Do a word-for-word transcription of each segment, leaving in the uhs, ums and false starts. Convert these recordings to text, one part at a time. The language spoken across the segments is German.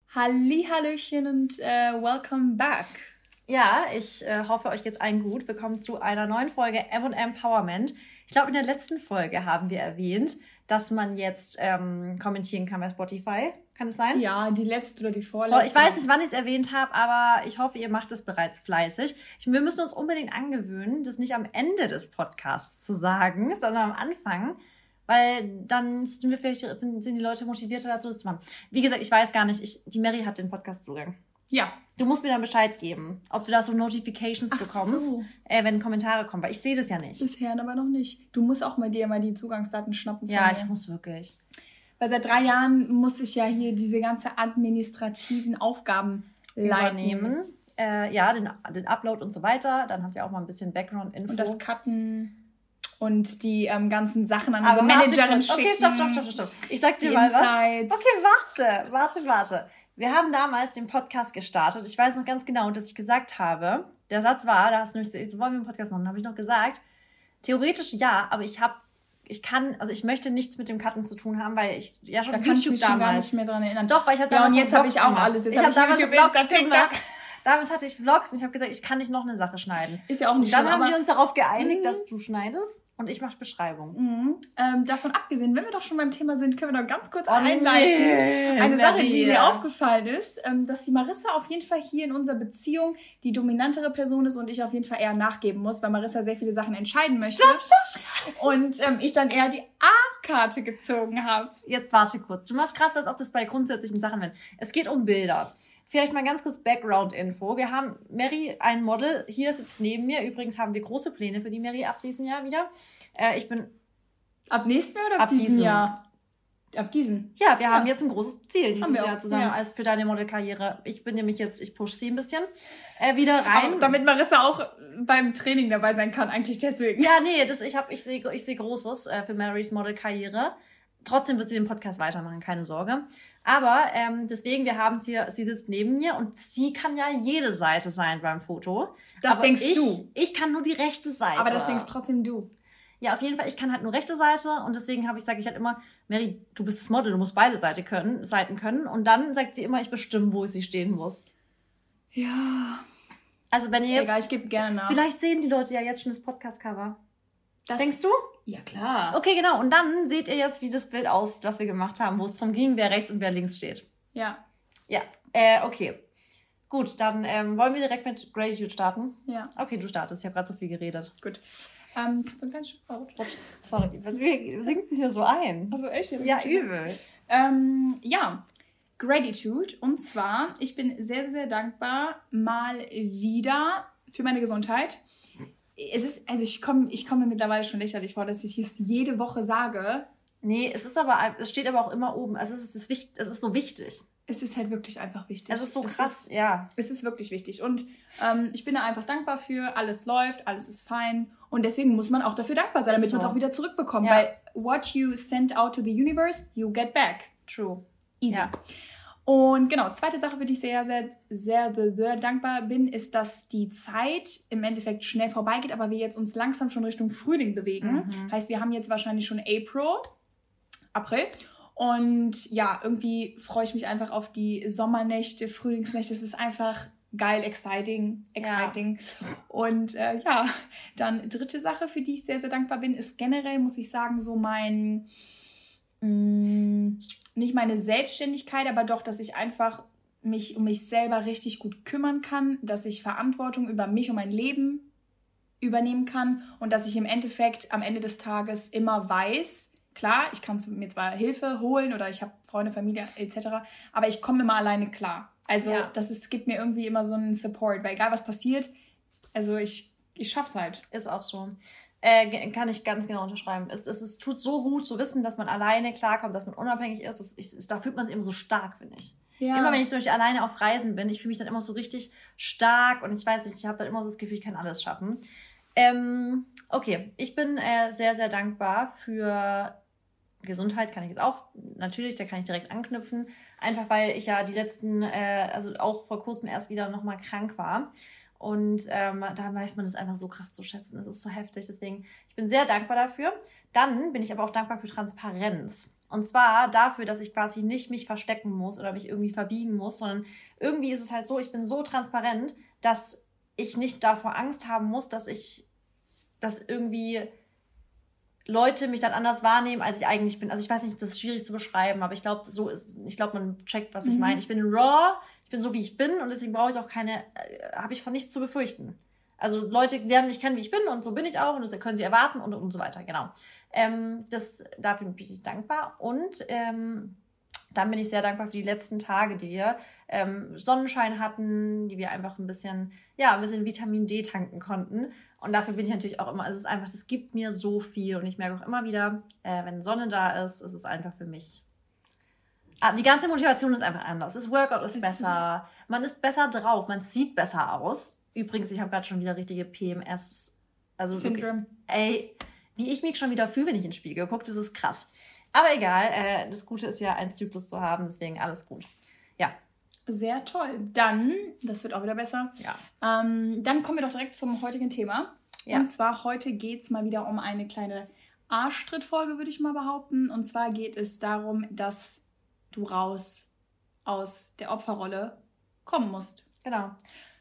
Hallihallöchen und äh, welcome back. Ja, ich äh, hoffe, euch geht's allen gut. Willkommen zu einer neuen Folge M und M Empowerment. Ich glaube, in der letzten Folge haben wir erwähnt, dass man jetzt ähm, kommentieren kann bei Spotify. Kann es sein? Ja, die letzte oder die vorletzte. Ich weiß nicht, wann ich es erwähnt habe, aber ich hoffe, ihr macht es bereits fleißig. Ich, wir müssen uns unbedingt angewöhnen, das nicht am Ende des Podcasts zu sagen, sondern am Anfang. Weil dann sind wir vielleicht, sind die Leute motivierter dazu, das zu machen. Wie gesagt, ich weiß gar nicht, ich, die Mary hat den Podcast-Zugang. Ja. Du musst mir dann Bescheid geben, ob du da so Notifications Ach bekommst, so. äh, wenn Kommentare kommen, weil ich sehe das ja nicht. Bisher aber noch nicht. Du musst auch mal dir mal die Zugangsdaten schnappen. Ja, mir. Ich muss wirklich. Weil seit drei Jahren muss ich ja hier diese ganze administrativen Aufgaben übernehmen. Äh, ja, den, den Upload und so weiter. Dann habt ihr auch mal ein bisschen Background-Info. Und das Cutten. Und die ähm, ganzen Sachen an unsere Managerin schicken. Okay, stopp, stopp, stopp, stopp. Ich sag dir mal was. Okay, warte, warte, warte. Wir haben damals den Podcast gestartet. Ich weiß noch ganz genau, dass ich gesagt habe, der Satz war, da hast du nämlich gesagt, wollen wir einen Podcast machen? Da habe ich noch gesagt, theoretisch ja, aber ich habe, ich kann, also ich möchte nichts mit dem Cutten zu tun haben, weil ich ja schon da kann ich mich schon gar nicht mehr dran erinnern. Doch, weil ich hatte ja, und jetzt habe ich auch gemacht. alles. Jetzt ich habe hab damals Vlogs gemacht. Damals hatte ich Vlogs und ich habe gesagt, ich kann nicht noch eine Sache schneiden. Ist ja auch nicht und dann schlimm, haben wir uns darauf geeinigt, dass du schneidest und ich mache Beschreibung. Mhm. Ähm, davon abgesehen, wenn wir doch schon beim Thema sind, können wir doch ganz kurz oh, einleiten. Nee, Eine Sache, die mir aufgefallen ist, ähm, dass die Marissa auf jeden Fall hier in unserer Beziehung die dominantere Person ist und ich auf jeden Fall eher nachgeben muss, weil Marissa sehr viele Sachen entscheiden möchte. Stopp, stopp, stopp. Und ähm, ich dann eher die A-Karte gezogen habe. Jetzt warte kurz. Du machst gerade so, als ob das bei grundsätzlichen Sachen wäre. Es geht um Bilder. Vielleicht mal ganz kurz Background-Info. Wir haben Mary, ein Model, hier sitzt neben mir. Übrigens haben wir große Pläne für die Mary ab diesem Jahr wieder. Äh, ich bin... Ab nächstem Jahr oder ab, ab diesem Jahr? Ab diesem? Ja, wir ja. haben jetzt ein großes Ziel dieses Jahr auch. zusammen ja. als für deine Modelkarriere. Ich bin nämlich jetzt, ich push sie ein bisschen äh, wieder rein. Aber damit Marissa auch beim Training dabei sein kann, eigentlich deswegen. Ja, nee, das, ich, hab, ich sehe ich seh Großes äh, für Marys Modelkarriere. Trotzdem wird sie den Podcast weitermachen, keine Sorge. Aber ähm, deswegen, wir haben sie hier, sie sitzt neben mir und sie kann ja jede Seite sein beim Foto. Das aber denkst ich, du. Ich kann nur die rechte Seite. Aber das denkst trotzdem du. Ja, auf jeden Fall, ich kann halt nur rechte Seite und deswegen habe ich, sage ich halt immer, Mary, du bist das Model, du musst beide Seite können, Seiten können. Und dann sagt sie immer, ich bestimme, wo sie stehen muss. Ja. Also wenn ihr jetzt... Egal, ich gebe gerne nach. Vielleicht sehen die Leute ja jetzt schon das Podcast-Cover. Das, Denkst du? Ja, klar. Okay, genau. Und dann seht ihr jetzt, wie das Bild aussieht, was wir gemacht haben, wo es darum ging, wer rechts und wer links steht. Ja. Ja, äh, okay. Gut, dann ähm, wollen wir direkt mit Gratitude starten? Ja. Okay, du startest. Ich habe gerade so viel geredet. Gut. Ähm, kannst du ein kleines Stück rutschen? Sorry, wir sinken hier so ein. Also echt? Ja, übel. Ähm, ja, Gratitude. Und zwar, ich bin sehr, sehr, sehr dankbar mal wieder für meine Gesundheit. Es ist, also ich komme ich komme mir mittlerweile schon lächerlich vor, dass ich es jede Woche sage. Nee, es ist aber, es steht aber auch immer oben. Also es ist, es ist so wichtig. Es ist halt wirklich einfach wichtig. Es ist so krass, es ist, ja. Es ist wirklich wichtig. Und ähm, ich bin da einfach dankbar für. Alles läuft, alles ist fein. Und deswegen muss man auch dafür dankbar sein, damit so. man es auch wieder zurückbekommt. Ja. Weil what you send out to the universe, you get back. True. Easy. Ja. Und genau, zweite Sache, für die ich sehr, sehr, sehr, sehr, sehr dankbar bin, ist, dass die Zeit im Endeffekt schnell vorbeigeht, aber wir jetzt uns langsam schon Richtung Frühling bewegen. Mhm. Heißt, wir haben jetzt wahrscheinlich schon April, April. Und ja, irgendwie freue ich mich einfach auf die Sommernächte, Frühlingsnächte. Es ist einfach geil, exciting, exciting. Ja. Und äh, ja, dann dritte Sache, für die ich sehr, sehr dankbar bin, ist generell, muss ich sagen, so mein... nicht meine Selbstständigkeit, aber doch, dass ich einfach mich um mich selber richtig gut kümmern kann, dass ich Verantwortung über mich und mein Leben übernehmen kann und dass ich im Endeffekt am Ende des Tages immer weiß, klar, ich kann mir zwar Hilfe holen oder ich habe Freunde, Familie et cetera, aber ich komme immer alleine klar. Also ja. das ist, gibt mir irgendwie immer so einen Support, weil egal was passiert, also ich, ich schaff's halt. Ist auch so. Äh, kann ich ganz genau unterschreiben. Es, es, es tut so gut zu wissen, dass man alleine klarkommt, dass man unabhängig ist. Das, ich, da fühlt man sich immer so stark, finde ich. Ja. Immer wenn ich zum Beispiel alleine auf Reisen bin, ich fühle mich dann immer so richtig stark und ich weiß nicht, ich habe dann immer so das Gefühl, ich kann alles schaffen. Ähm, okay, ich bin äh, sehr, sehr dankbar für Gesundheit, kann ich jetzt auch, natürlich, da kann ich direkt anknüpfen. Einfach weil ich ja die letzten, äh, also auch vor kurzem erst wieder nochmal krank war. Und ähm, da weiß man das einfach so krass zu schätzen. Das ist so heftig. Deswegen, ich bin sehr dankbar dafür. Dann bin ich aber auch dankbar für Transparenz. Und zwar dafür, dass ich quasi nicht mich verstecken muss oder mich irgendwie verbiegen muss, sondern irgendwie ist es halt so, ich bin so transparent, dass ich nicht davor Angst haben muss, dass ich, dass irgendwie Leute mich dann anders wahrnehmen, als ich eigentlich bin. Also ich weiß nicht, das ist schwierig zu beschreiben, aber ich glaube, so ist, ich glaube, man checkt, was ich mhm. meine. Ich bin raw, ich bin so, wie ich bin und deswegen brauche ich auch keine, äh, habe ich von nichts zu befürchten. Also Leute lernen mich kennen, wie ich bin und so bin ich auch und das können sie erwarten und, und so weiter, genau. Ähm, das, dafür bin ich richtig dankbar und ähm, dann bin ich sehr dankbar für die letzten Tage, die wir ähm, Sonnenschein hatten, die wir einfach ein bisschen, ja, ein bisschen Vitamin D tanken konnten. Und dafür bin ich natürlich auch immer, es ist einfach, es gibt mir so viel. Und ich merke auch immer wieder, äh, wenn Sonne da ist, ist es einfach für mich. Ah, die ganze Motivation ist einfach anders. Das Workout ist es besser, ist man ist besser drauf, man sieht besser aus. Übrigens, ich habe gerade schon wieder richtige P M S. Also wirklich, ey, wie ich mich schon wieder fühle, wenn ich in den Spiegel gucke, das ist krass. Aber egal, äh, das Gute ist ja, einen Zyklus zu haben, deswegen alles gut. Ja. Sehr toll. Dann, das wird auch wieder besser. Ja. Ähm, dann kommen wir doch direkt zum heutigen Thema. Ja. Und zwar heute geht es mal wieder um eine kleine Arschtrittfolge, würde ich mal behaupten. Und zwar geht es darum, dass du raus aus der Opferrolle kommen musst. Genau.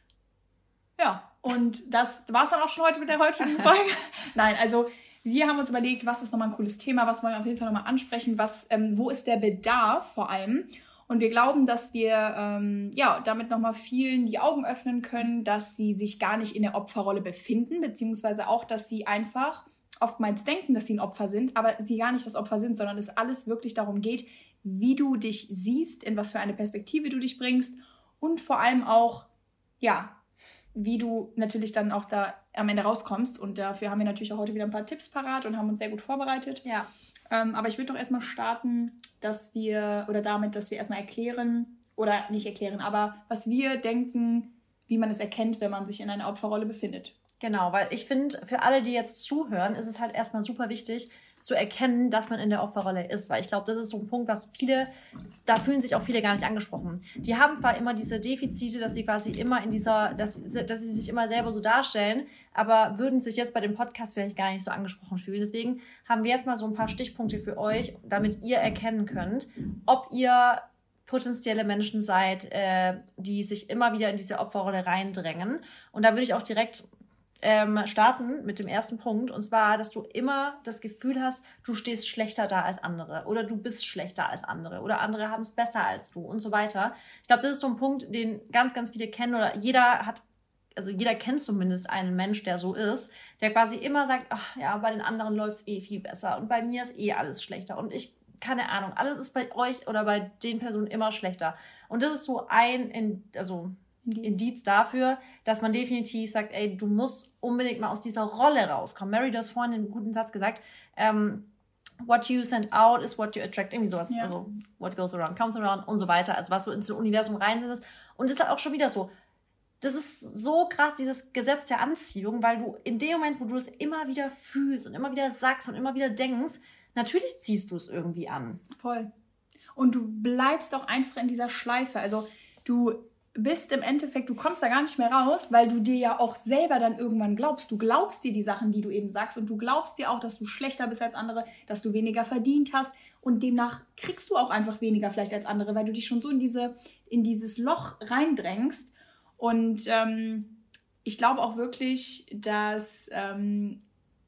Ja, und das war es dann auch schon heute mit der heutigen Folge. Nein, also wir haben uns überlegt, was ist nochmal ein cooles Thema, was wollen wir auf jeden Fall nochmal ansprechen, was, ähm, wo ist der Bedarf vor allem. Und wir glauben, dass wir ähm, ja, damit nochmal vielen die Augen öffnen können, dass sie sich gar nicht in der Opferrolle befinden, beziehungsweise auch, dass sie einfach oftmals denken, dass sie ein Opfer sind, aber sie gar nicht das Opfer sind, sondern es alles wirklich darum geht, wie du dich siehst, in was für eine Perspektive du dich bringst und vor allem auch, ja, wie du natürlich dann auch da am Ende rauskommst. Und dafür haben wir natürlich auch heute wieder ein paar Tipps parat und haben uns sehr gut vorbereitet. Ja. Ähm, aber ich würde doch erstmal starten, dass wir, oder damit, dass wir erstmal erklären, oder nicht erklären, aber was wir denken, wie man es erkennt, wenn man sich in einer Opferrolle befindet. Genau, weil ich finde, für alle, die jetzt zuhören, ist es halt erstmal super wichtig, zu erkennen, dass man in der Opferrolle ist. Weil ich glaube, das ist so ein Punkt, was viele, da fühlen sich auch viele gar nicht angesprochen. Die haben zwar immer diese Defizite, dass sie quasi immer in dieser, dass, dass sie sich immer selber so darstellen, aber würden sich jetzt bei dem Podcast vielleicht gar nicht so angesprochen fühlen. Deswegen haben wir jetzt mal so ein paar Stichpunkte für euch, damit ihr erkennen könnt, ob ihr potenzielle Menschen seid, äh, die sich immer wieder in diese Opferrolle reindrängen. Und da würde ich auch direkt Ähm, starten mit dem ersten Punkt, und zwar, dass du immer das Gefühl hast, du stehst schlechter da als andere oder du bist schlechter als andere oder andere haben es besser als du und so weiter. Ich glaube, das ist so ein Punkt, den ganz, ganz viele kennen oder jeder hat, also jeder kennt zumindest einen Mensch, der so ist, der quasi immer sagt, ach ja, bei den anderen läuft es eh viel besser und bei mir ist eh alles schlechter und ich, keine Ahnung, alles ist bei euch oder bei den Personen immer schlechter. Und das ist so ein, also Indiz. Indiz dafür, dass man definitiv sagt, ey, du musst unbedingt mal aus dieser Rolle rauskommen. Mary, du hast vorhin einen guten Satz gesagt, ähm, what you send out is what you attract, irgendwie sowas. Ja. Also, what goes around comes around und so weiter. Also, was du ins Universum reinsendest. Und das ist halt auch schon wieder so. Das ist so krass, dieses Gesetz der Anziehung, weil du in dem Moment, wo du es immer wieder fühlst und immer wieder sagst und immer wieder denkst, natürlich ziehst du es irgendwie an. Voll. Und du bleibst auch einfach in dieser Schleife. Also, du bist im Endeffekt, du kommst da gar nicht mehr raus, weil du dir ja auch selber dann irgendwann glaubst. Du glaubst dir die Sachen, die du eben sagst und du glaubst dir auch, dass du schlechter bist als andere, dass du weniger verdient hast und demnach kriegst du auch einfach weniger vielleicht als andere, weil du dich schon so in diese in dieses Loch reindrängst. Und ähm, ich glaube auch wirklich, dass ähm,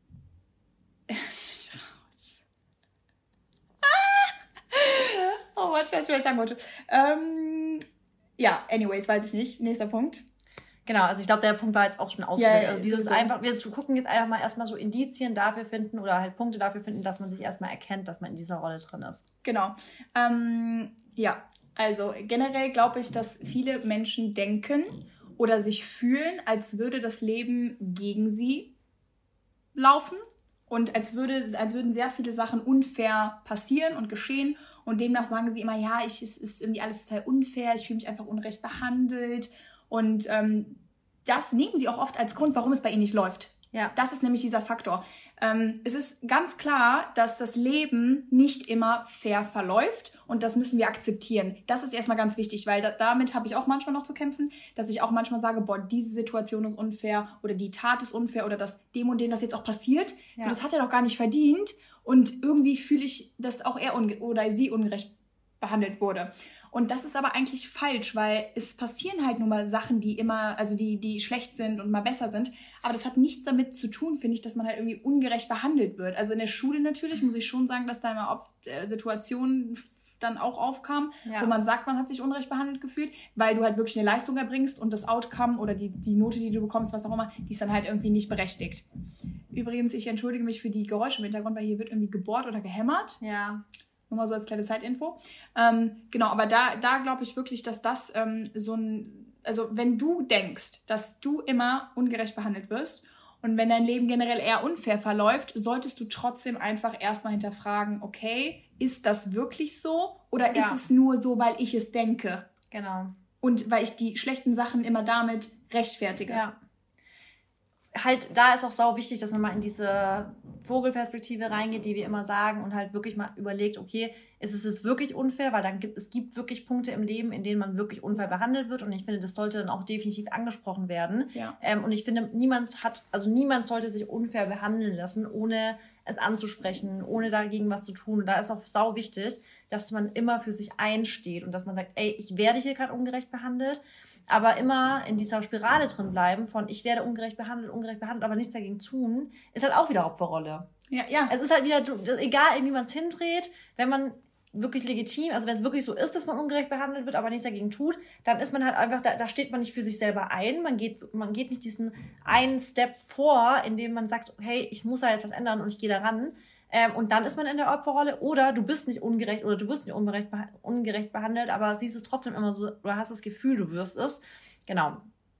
oh Gott, ich weiß nicht, was ich sagen wollte. Ähm, Ja, anyways, weiß ich nicht. Nächster Punkt. Genau, also ich glaube, der Punkt war jetzt auch schon ausgewählt. Ja, also dieses so einfach, wir gucken jetzt einfach mal erstmal so Indizien dafür finden oder halt Punkte dafür finden, dass man sich erstmal erkennt, dass man in dieser Rolle drin ist. Genau. Ähm, ja, also generell glaube ich, dass viele Menschen denken oder sich fühlen, als würde das Leben gegen sie laufen und als, würde, als würden sehr viele Sachen unfair passieren und geschehen. Und demnach sagen sie immer, ja, ich, es ist irgendwie alles total unfair, ich fühle mich einfach unrecht behandelt. Und ähm, das nehmen sie auch oft als Grund, warum es bei ihnen nicht läuft. Ja. Das ist nämlich dieser Faktor. Ähm, es ist ganz klar, dass das Leben nicht immer fair verläuft und das müssen wir akzeptieren. Das ist erstmal ganz wichtig, weil da, damit habe ich auch manchmal noch zu kämpfen, dass ich auch manchmal sage, boah, diese Situation ist unfair oder die Tat ist unfair oder das dem und dem das jetzt auch passiert. Ja. So, das hat er doch gar nicht verdient. Und irgendwie fühle ich, dass auch er unge- oder sie ungerecht behandelt wurde. Und das ist aber eigentlich falsch, weil es passieren halt nun mal Sachen, die immer, also die, die schlecht sind und mal besser sind. Aber das hat nichts damit zu tun, finde ich, dass man halt irgendwie ungerecht behandelt wird. Also in der Schule natürlich muss ich schon sagen, dass da immer oft äh, Situationen dann auch aufkamen, ja. wo man sagt, man hat sich unrecht behandelt gefühlt, weil du halt wirklich eine Leistung erbringst und das Outcome oder die, die Note, die du bekommst, was auch immer, die ist dann halt irgendwie nicht berechtigt. Übrigens, ich entschuldige mich für die Geräusche im Hintergrund, weil hier wird irgendwie gebohrt oder gehämmert. Ja. Nur mal so als kleine Zeitinfo. Ähm, genau, aber da, da glaube ich wirklich, dass das ähm, so ein, also wenn du denkst, dass du immer ungerecht behandelt wirst und wenn dein Leben generell eher unfair verläuft, solltest du trotzdem einfach erstmal hinterfragen, okay, ist das wirklich so oder ja. ist es nur so, weil ich es denke? Genau. Und weil ich die schlechten Sachen immer damit rechtfertige. Ja. Halt, da ist auch sau wichtig, dass man mal in diese Vogelperspektive reingeht, die wir immer sagen und halt wirklich mal überlegt, okay, ist es jetzt wirklich unfair? Weil dann gibt es gibt wirklich Punkte im Leben, in denen man wirklich unfair behandelt wird und ich finde, das sollte dann auch definitiv angesprochen werden. Ja. Ähm, und ich finde, niemand hat, also niemand sollte sich unfair behandeln lassen, ohne es anzusprechen, ohne dagegen was zu tun. Und da ist auch sau wichtig, dass man immer für sich einsteht und dass man sagt, ey, ich werde hier gerade ungerecht behandelt, aber immer in dieser Spirale drin bleiben von ich werde ungerecht behandelt, ungerecht behandelt, aber nichts dagegen tun, ist halt auch wieder Opferrolle. Ja, ja. Es ist halt wieder, egal wie man es hindreht, wenn man wirklich legitim, also wenn es wirklich so ist, dass man ungerecht behandelt wird, aber nichts dagegen tut, dann ist man halt einfach, da, da steht man nicht für sich selber ein, man geht, man geht nicht diesen einen Step vor, indem man sagt, hey, ich muss da jetzt was ändern und ich gehe da ran. Ähm, und dann ist man in der Opferrolle oder du bist nicht ungerecht oder du wirst nicht ungerecht, ungerecht behandelt, aber siehst es trotzdem immer so oder hast das Gefühl, du wirst es. Genau.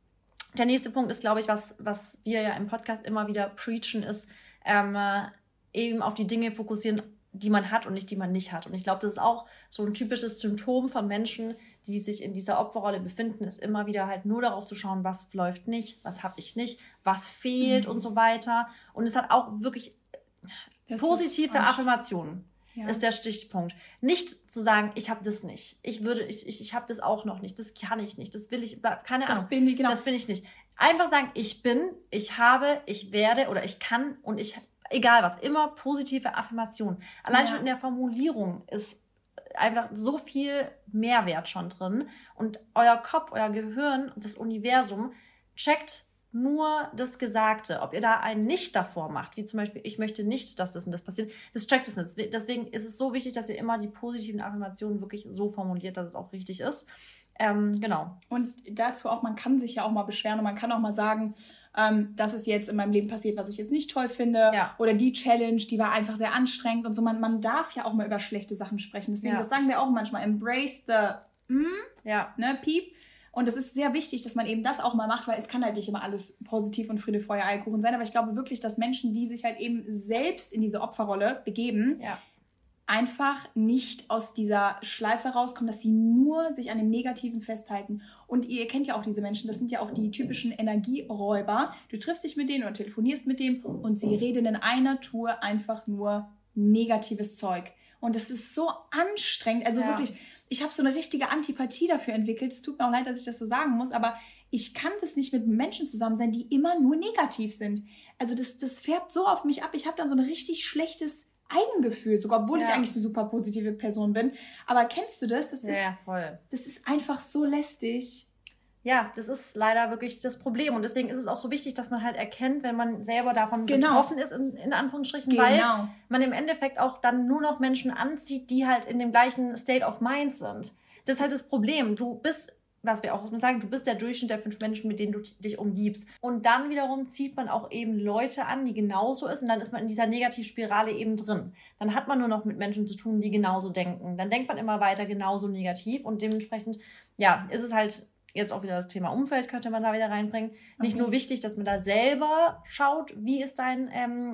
Der nächste Punkt ist, glaube ich, was, was wir ja im Podcast immer wieder preachen, ist ähm, eben auf die Dinge fokussieren, die man hat und nicht die man nicht hat. Und ich glaube, das ist auch so ein typisches Symptom von Menschen, die sich in dieser Opferrolle befinden, ist immer wieder halt nur darauf zu schauen, was läuft nicht, was habe ich nicht, was fehlt mhm. und so weiter. Und es hat auch wirklich das positive Affirmationen. Ja. Ist der Stichpunkt. Nicht zu sagen, ich habe das nicht. Ich würde, ich, ich, ich habe das auch noch nicht. Das kann ich nicht. Das will ich, keine Ahnung. Das bin ich, genau. Das bin ich nicht. Einfach sagen, ich bin, ich habe, ich werde oder ich kann und ich, egal was, immer positive Affirmationen. Allein ja. schon in der Formulierung ist einfach so viel Mehrwert schon drin und euer Kopf, euer Gehirn und das Universum checkt nur das Gesagte. Ob ihr da ein Nicht davor macht, wie zum Beispiel, ich möchte nicht, dass das und das passiert, das checkt es nicht. Deswegen ist es so wichtig, dass ihr immer die positiven Affirmationen wirklich so formuliert, dass es auch richtig ist. Ähm, genau. Und dazu auch, man kann sich ja auch mal beschweren und man kann auch mal sagen, ähm, das ist jetzt in meinem Leben passiert, was ich jetzt nicht toll finde. Ja. Oder die Challenge, die war einfach sehr anstrengend und so. Man, man darf ja auch mal über schlechte Sachen sprechen. Deswegen, ja. das sagen wir auch manchmal, embrace the mm, ja. ne, Piep. Und es ist sehr wichtig, dass man eben das auch mal macht, weil es kann halt nicht immer alles positiv und Friede, Feuer, Eierkuchen sein. Aber ich glaube wirklich, dass Menschen, die sich halt eben selbst in diese Opferrolle begeben, ja. einfach nicht aus dieser Schleife rauskommen, dass sie nur sich an dem Negativen festhalten. Und ihr kennt ja auch diese Menschen, das sind ja auch die typischen Energieräuber. Du triffst dich mit denen oder telefonierst mit dem und sie reden in einer Tour einfach nur negatives Zeug. Und das ist so anstrengend. Also ja. wirklich, ich habe so eine richtige Antipathie dafür entwickelt. Es tut mir auch leid, dass ich das so sagen muss, aber ich kann das nicht mit Menschen zusammen sein, die immer nur negativ sind. Also das, das färbt so auf mich ab. Ich habe dann so ein richtig schlechtes Eigengefühl, sogar obwohl ja. ich eigentlich eine super positive Person bin. Aber kennst du das? Das ist, ja, voll. Das ist einfach so lästig. Ja, das ist leider wirklich das Problem. Und deswegen ist es auch so wichtig, dass man halt erkennt, wenn man selber davon genau. betroffen ist, in, in Anführungsstrichen, genau. weil man im Endeffekt auch dann nur noch Menschen anzieht, die halt in dem gleichen State of Mind sind. Das ist halt das Problem. Du bist, was wir auch sagen, du bist der Durchschnitt der fünf Menschen, mit denen du dich umgibst. Und dann wiederum zieht man auch eben Leute an, die genauso ist. Und dann ist man in dieser Negativspirale eben drin. Dann hat man nur noch mit Menschen zu tun, die genauso denken. Dann denkt man immer weiter genauso negativ. Und dementsprechend, ja, ist es halt jetzt auch wieder das Thema Umfeld könnte man da wieder reinbringen. Nicht okay. nur wichtig, dass man da selber schaut, wie ist dein, ähm,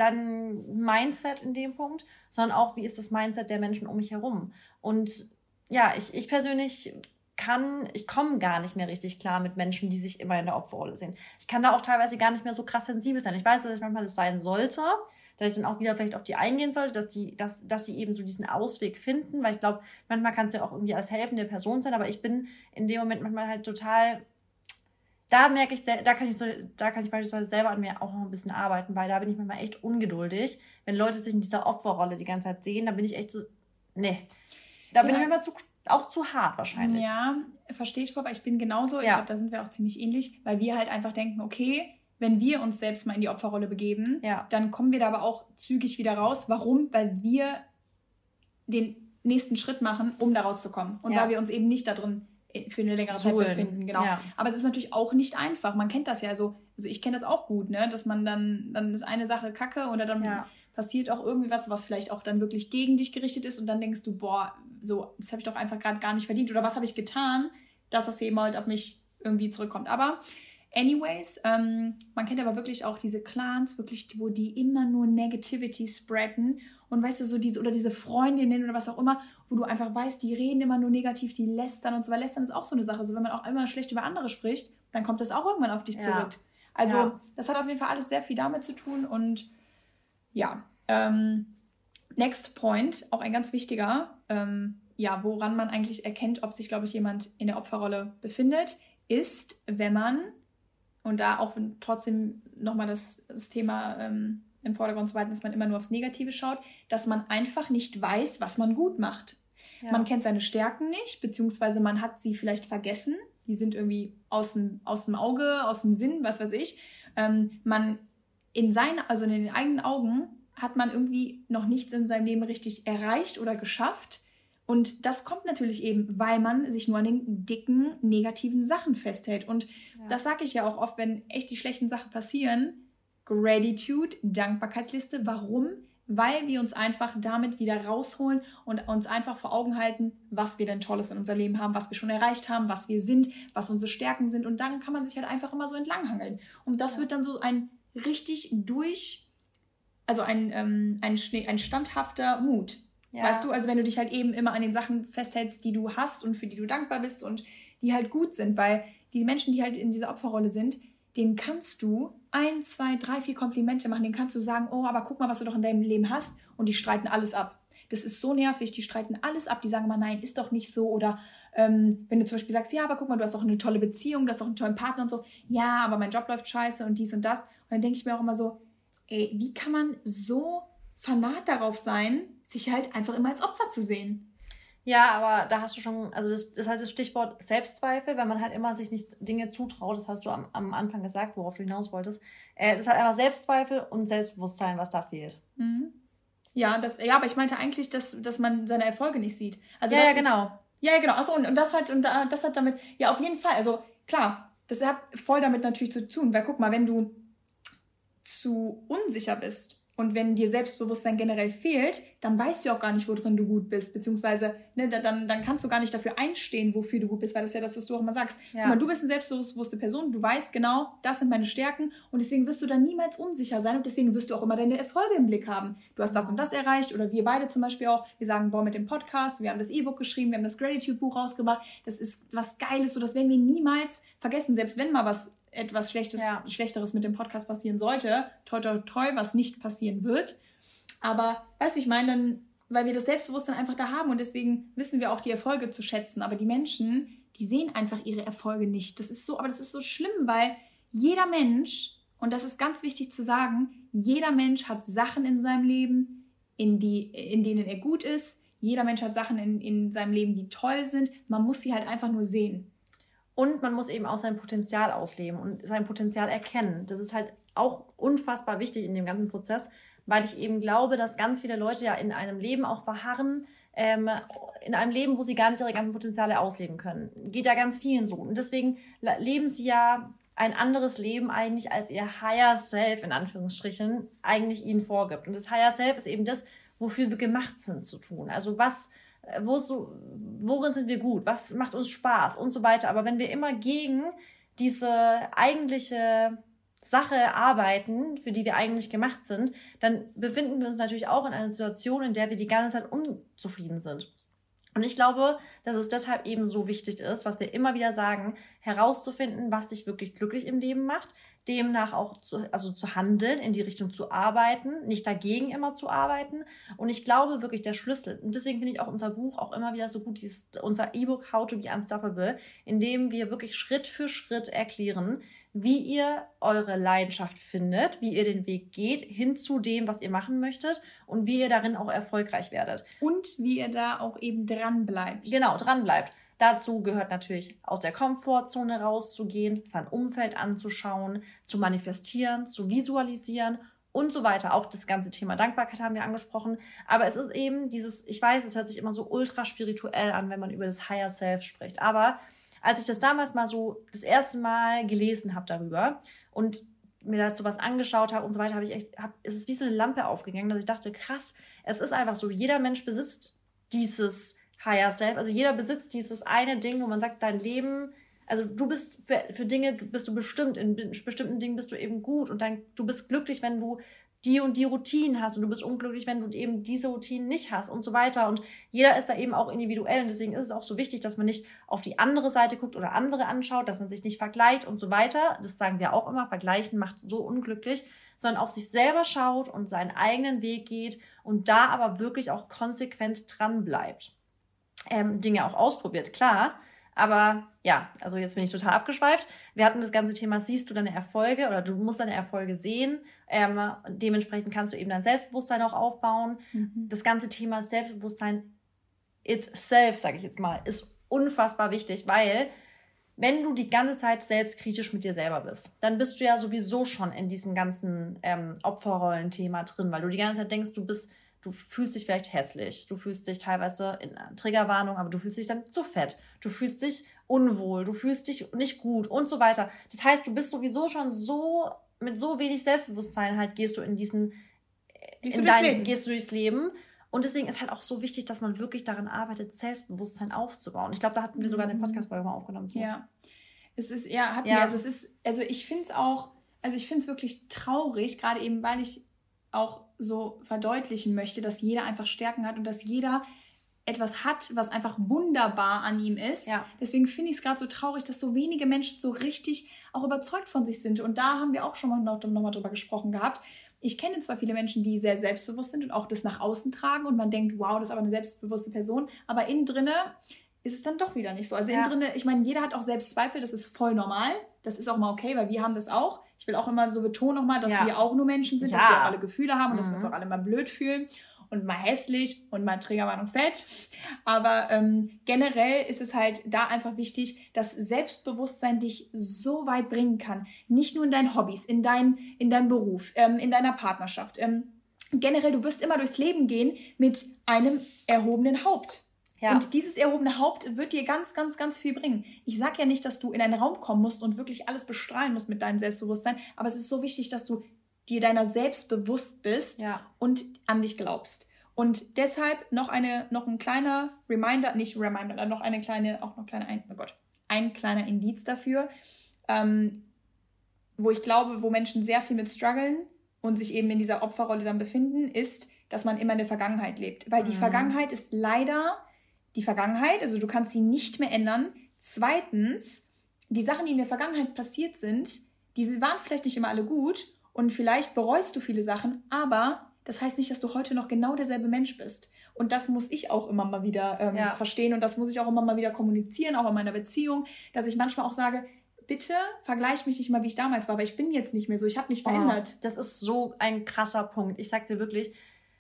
dein Mindset in dem Punkt, sondern auch, wie ist das Mindset der Menschen um mich herum. Und ja, ich, ich persönlich kann, ich komme gar nicht mehr richtig klar mit Menschen, die sich immer in der Opferrolle sehen. Ich kann da auch teilweise gar nicht mehr so krass sensibel sein. Ich weiß, dass ich manchmal das sein sollte, dass ich dann auch wieder vielleicht auf die eingehen sollte, dass die, dass, dass sie eben so diesen Ausweg finden, weil ich glaube, manchmal kann es ja auch irgendwie als helfende Person sein, aber ich bin in dem Moment manchmal halt total, da merke ich, da kann ich so, da kann ich beispielsweise selber an mir auch noch ein bisschen arbeiten, weil da bin ich manchmal echt ungeduldig. Wenn Leute sich in dieser Opferrolle die ganze Zeit sehen, dann bin ich echt so, nee. Da bin ja. ich immer zu, auch zu hart wahrscheinlich. Ja, verstehe ich, aber ich bin genauso. Ja. Ich glaube, da sind wir auch ziemlich ähnlich, weil wir halt einfach denken, okay, wenn wir uns selbst mal in die Opferrolle begeben, ja. dann kommen wir da aber auch zügig wieder raus. Warum? Weil wir den nächsten Schritt machen, um da rauszukommen. Und ja. weil wir uns eben nicht da drin für eine längere Zeit befinden. Genau. Ja. Aber es ist natürlich auch nicht einfach. Man kennt das ja so. Also ich kenne das auch gut, ne? Dass man dann, dann ist eine Sache kacke oder dann ja. passiert auch irgendwie was, was vielleicht auch dann wirklich gegen dich gerichtet ist und dann denkst du, boah, so, das habe ich doch einfach gerade gar nicht verdient oder was habe ich getan, dass das eben halt auf mich irgendwie zurückkommt. Aber anyways, ähm, man kennt aber wirklich auch diese Clans, wirklich, wo die immer nur Negativity spreaden und weißt du, so diese, oder diese Freundinnen oder was auch immer, wo du einfach weißt, die reden immer nur negativ, die lästern und so, weil lästern ist auch so eine Sache, so wenn man auch immer schlecht über andere spricht, dann kommt das auch irgendwann auf dich ja. zurück. Also ja. das hat auf jeden Fall alles sehr viel damit zu tun und ja, ähm, next point, auch ein ganz wichtiger, ähm, ja, woran man eigentlich erkennt, ob sich, glaube ich, jemand in der Opferrolle befindet, ist, wenn man, und da auch trotzdem nochmal das, das Thema ähm, im Vordergrund zu behalten, dass man immer nur aufs Negative schaut, dass man einfach nicht weiß, was man gut macht. Ja. Man kennt seine Stärken nicht, beziehungsweise man hat sie vielleicht vergessen. Die sind irgendwie aus dem, aus dem Auge, aus dem Sinn, was weiß ich. Ähm, man in seinen, also in den eigenen Augen hat man irgendwie noch nichts in seinem Leben richtig erreicht oder geschafft. Und das kommt natürlich eben, weil man sich nur an den dicken, negativen Sachen festhält. Und ja. das sage ich ja auch oft, wenn echt die schlechten Sachen passieren. Gratitude, Dankbarkeitsliste. Warum? Weil wir uns einfach damit wieder rausholen und uns einfach vor Augen halten, was wir denn Tolles in unserem Leben haben, was wir schon erreicht haben, was wir sind, was unsere Stärken sind. Und dann kann man sich halt einfach immer so entlanghangeln. Und das ja. wird dann so ein richtig durch, also ein, ähm, ein, ein standhafter Mut. Ja. Weißt du, also wenn du dich halt eben immer an den Sachen festhältst, die du hast und für die du dankbar bist und die halt gut sind, weil die Menschen, die halt in dieser Opferrolle sind, denen kannst du ein, zwei, drei, vier Komplimente machen, denen kannst du sagen, oh, aber guck mal, was du doch in deinem Leben hast und die streiten alles ab. Das ist so nervig, die streiten alles ab, die sagen immer, nein, ist doch nicht so oder ähm, wenn du zum Beispiel sagst, ja, aber guck mal, du hast doch eine tolle Beziehung, du hast doch einen tollen Partner und so, ja, aber mein Job läuft scheiße und dies und das und dann denke ich mir auch immer so, ey, wie kann man so fanat darauf sein, sich halt einfach immer als Opfer zu sehen? Ja, aber da hast du schon, also das, das ist halt das Stichwort Selbstzweifel, wenn man halt immer sich nicht Dinge zutraut, das hast du am, am Anfang gesagt, worauf du hinaus wolltest. Äh, das ist halt einfach Selbstzweifel und Selbstbewusstsein, was da fehlt. Mhm. Ja, das, ja, aber ich meinte eigentlich, dass, dass man seine Erfolge nicht sieht. Also ja, das, ja, genau. Ja, ja, genau. Achso, und, und das hat, und das hat damit, ja, auf jeden Fall, also klar, das hat voll damit natürlich zu tun, weil guck mal, wenn du zu unsicher bist und wenn dir Selbstbewusstsein generell fehlt, dann weißt du auch gar nicht, worin du gut bist, beziehungsweise ne, dann, dann kannst du gar nicht dafür einstehen, wofür du gut bist, weil das ist ja das, was du auch immer sagst. Ja. Guck mal, du bist eine selbstbewusste Person, du weißt genau, das sind meine Stärken und deswegen wirst du dann niemals unsicher sein und deswegen wirst du auch immer deine Erfolge im Blick haben. Du hast das und das erreicht oder wir beide zum Beispiel auch, wir sagen, boah, mit dem Podcast, wir haben das E-Book geschrieben, wir haben das Gratitude-Buch rausgebracht, das ist was Geiles, so das werden wir niemals vergessen, selbst wenn mal was etwas Schlechtes, ja. Schlechteres mit dem Podcast passieren sollte, toi, toi, toi, was nicht passieren wird. Aber, weißt du, ich meine, dann, weil wir das Selbstbewusstsein einfach da haben und deswegen wissen wir auch die Erfolge zu schätzen. Aber die Menschen, die sehen einfach ihre Erfolge nicht. Das ist so, aber das ist so schlimm, weil jeder Mensch, und das ist ganz wichtig zu sagen, jeder Mensch hat Sachen in seinem Leben, in, die, in denen er gut ist. Jeder Mensch hat Sachen in, in seinem Leben, die toll sind. Man muss sie halt einfach nur sehen. Und man muss eben auch sein Potenzial ausleben und sein Potenzial erkennen. Das ist halt auch unfassbar wichtig in dem ganzen Prozess, weil ich eben glaube, dass ganz viele Leute ja in einem Leben auch verharren, ähm, in einem Leben, wo sie gar nicht ihre ganzen Potenziale ausleben können. Geht ja ganz vielen so. Und deswegen leben sie ja ein anderes Leben eigentlich, als ihr Higher Self, in Anführungsstrichen, eigentlich ihnen vorgibt. Und das Higher Self ist eben das, wofür wir gemacht sind zu tun. Also was... Wo so, worin sind wir gut, was macht uns Spaß und so weiter. Aber wenn wir immer gegen diese eigentliche Sache arbeiten, für die wir eigentlich gemacht sind, dann befinden wir uns natürlich auch in einer Situation, in der wir die ganze Zeit unzufrieden sind. Und ich glaube, dass es deshalb eben so wichtig ist, was wir immer wieder sagen, herauszufinden, was dich wirklich glücklich im Leben macht, demnach auch zu, also zu handeln, in die Richtung zu arbeiten, nicht dagegen immer zu arbeiten. Und ich glaube wirklich, der Schlüssel, und deswegen finde ich auch unser Buch auch immer wieder so gut, dieses, unser E-Book How to be Unstoppable, in dem wir wirklich Schritt für Schritt erklären, wie ihr eure Leidenschaft findet, wie ihr den Weg geht, hin zu dem, was ihr machen möchtet und wie ihr darin auch erfolgreich werdet. Und wie ihr da auch eben dran bleibt. Genau, dran bleibt. Dazu gehört natürlich, aus der Komfortzone rauszugehen, sein Umfeld anzuschauen, zu manifestieren, zu visualisieren und so weiter. Auch das ganze Thema Dankbarkeit haben wir angesprochen. Aber es ist eben dieses, ich weiß, es hört sich immer so ultra spirituell an, wenn man über das Higher Self spricht. Aber als ich das damals mal so das erste Mal gelesen habe darüber und mir dazu was angeschaut habe und so weiter, habe ich echt, hab, ist es wie so eine Lampe aufgegangen, dass ich dachte, krass, es ist einfach so, jeder Mensch besitzt dieses Higher Self, also jeder besitzt dieses eine Ding, wo man sagt, dein Leben, also du bist für, für Dinge, du bist du bestimmt, in bestimmten Dingen bist du eben gut und dann, du bist glücklich, wenn du die und die Routinen hast und du bist unglücklich, wenn du eben diese Routinen nicht hast und so weiter und jeder ist da eben auch individuell und deswegen ist es auch so wichtig, dass man nicht auf die andere Seite guckt oder andere anschaut, dass man sich nicht vergleicht und so weiter, das sagen wir auch immer, vergleichen macht so unglücklich, sondern auf sich selber schaut und seinen eigenen Weg geht und da aber wirklich auch konsequent dran bleibt. Ähm, Dinge auch ausprobiert, klar, aber ja, also jetzt bin ich total abgeschweift. Wir hatten das ganze Thema, siehst du deine Erfolge oder du musst deine Erfolge sehen, ähm, dementsprechend kannst du eben dein Selbstbewusstsein auch aufbauen. Mhm. Das ganze Thema Selbstbewusstsein itself, sage ich jetzt mal, ist unfassbar wichtig, weil wenn du die ganze Zeit selbstkritisch mit dir selber bist, dann bist du ja sowieso schon in diesem ganzen ähm, Opferrollen-Thema drin, weil du die ganze Zeit denkst, du bist Du fühlst dich vielleicht hässlich, du fühlst dich teilweise in einer Triggerwarnung, aber du fühlst dich dann zu fett, du fühlst dich unwohl, du fühlst dich nicht gut und so weiter. Das heißt, du bist sowieso schon so, mit so wenig Selbstbewusstsein halt gehst du in diesen, gehst, in du, dein, Leben. gehst du durchs Leben. Und deswegen ist halt auch so wichtig, dass man wirklich daran arbeitet, Selbstbewusstsein aufzubauen. Ich glaube, da hatten wir sogar eine Podcast-Folge mal aufgenommen. So. Ja, es ist, ja, hatten ja. wir, also es ist, also ich finde es auch, also ich finde es wirklich traurig, gerade eben, weil ich auch so verdeutlichen möchte, dass jeder einfach Stärken hat und dass jeder etwas hat, was einfach wunderbar an ihm ist. Ja. Deswegen finde ich es gerade so traurig, dass so wenige Menschen so richtig auch überzeugt von sich sind. Und da haben wir auch schon mal noch, noch mal drüber gesprochen gehabt. Ich kenne zwar viele Menschen, die sehr selbstbewusst sind und auch das nach außen tragen und man denkt, wow, das ist aber eine selbstbewusste Person. Aber innen drinne ist es dann doch wieder nicht so. Also ja. innen drinne, ich meine, jeder hat auch Selbstzweifel, das ist voll normal. Das ist auch mal okay, weil wir haben das auch. Ich will auch immer so betonen nochmal, dass ja. wir auch nur Menschen sind, ja. dass wir auch alle Gefühle haben und mhm. dass wir uns auch alle mal blöd fühlen und mal hässlich und mal Triggerwarnung fett. Aber ähm, generell ist es halt da einfach wichtig, dass Selbstbewusstsein dich so weit bringen kann. Nicht nur in deinen Hobbys, in, dein, in deinem Beruf, ähm, in deiner Partnerschaft. Ähm, generell, du wirst immer durchs Leben gehen mit einem erhobenen Haupt. Ja. Und dieses erhobene Haupt wird dir ganz, ganz, ganz viel bringen. Ich sage ja nicht, dass du in einen Raum kommen musst und wirklich alles bestrahlen musst mit deinem Selbstbewusstsein, aber es ist so wichtig, dass du dir deiner selbst bewusst bist ja. und an dich glaubst. Und deshalb noch eine, noch ein kleiner Reminder, nicht Reminder, noch eine kleine, auch noch kleine, ein, oh Gott, ein kleiner Indiz dafür, ähm, wo ich glaube, wo Menschen sehr viel mit strugglen und sich eben in dieser Opferrolle dann befinden, ist, dass man immer in der Vergangenheit lebt. Weil die mhm. Vergangenheit ist leider die Vergangenheit, also du kannst sie nicht mehr ändern. Zweitens, die Sachen, die in der Vergangenheit passiert sind, die waren vielleicht nicht immer alle gut und vielleicht bereust du viele Sachen, aber das heißt nicht, dass du heute noch genau derselbe Mensch bist. Und das muss ich auch immer mal wieder ähm, ja. verstehen und das muss ich auch immer mal wieder kommunizieren, auch in meiner Beziehung, dass ich manchmal auch sage, bitte vergleich mich nicht mal, wie ich damals war, weil ich bin jetzt nicht mehr so, ich habe mich verändert. Oh, das ist so ein krasser Punkt. Ich sag's dir wirklich,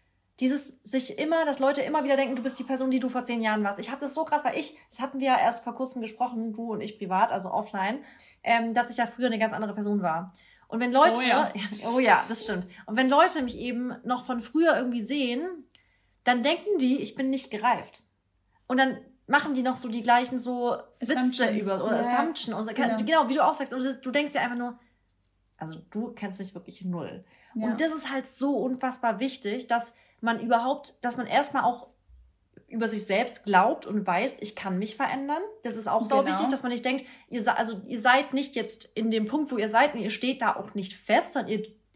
dieses sich immer, dass Leute immer wieder denken, du bist die Person, die du vor zehn Jahren warst. Ich habe das so krass, weil ich, das hatten wir ja erst vor kurzem gesprochen, du und ich privat, also offline, ähm, dass ich ja früher eine ganz andere Person war. Und wenn Leute, oh ja. oh ja, das stimmt. Und wenn Leute mich eben noch von früher irgendwie sehen, dann denken die, ich bin nicht gereift. Und dann machen die noch so die gleichen so Witze über, oder ja. Assumption. Und so, genau. genau, wie du auch sagst. Und du denkst dir einfach nur, also du kennst mich wirklich null. Ja. Und das ist halt so unfassbar wichtig, dass man überhaupt, dass man erstmal auch über sich selbst glaubt und weiß, ich kann mich verändern. Das ist auch so genau. wichtig, dass man nicht denkt, ihr, also ihr seid nicht jetzt in dem Punkt, wo ihr seid und ihr steht da auch nicht fest, sondern ihr,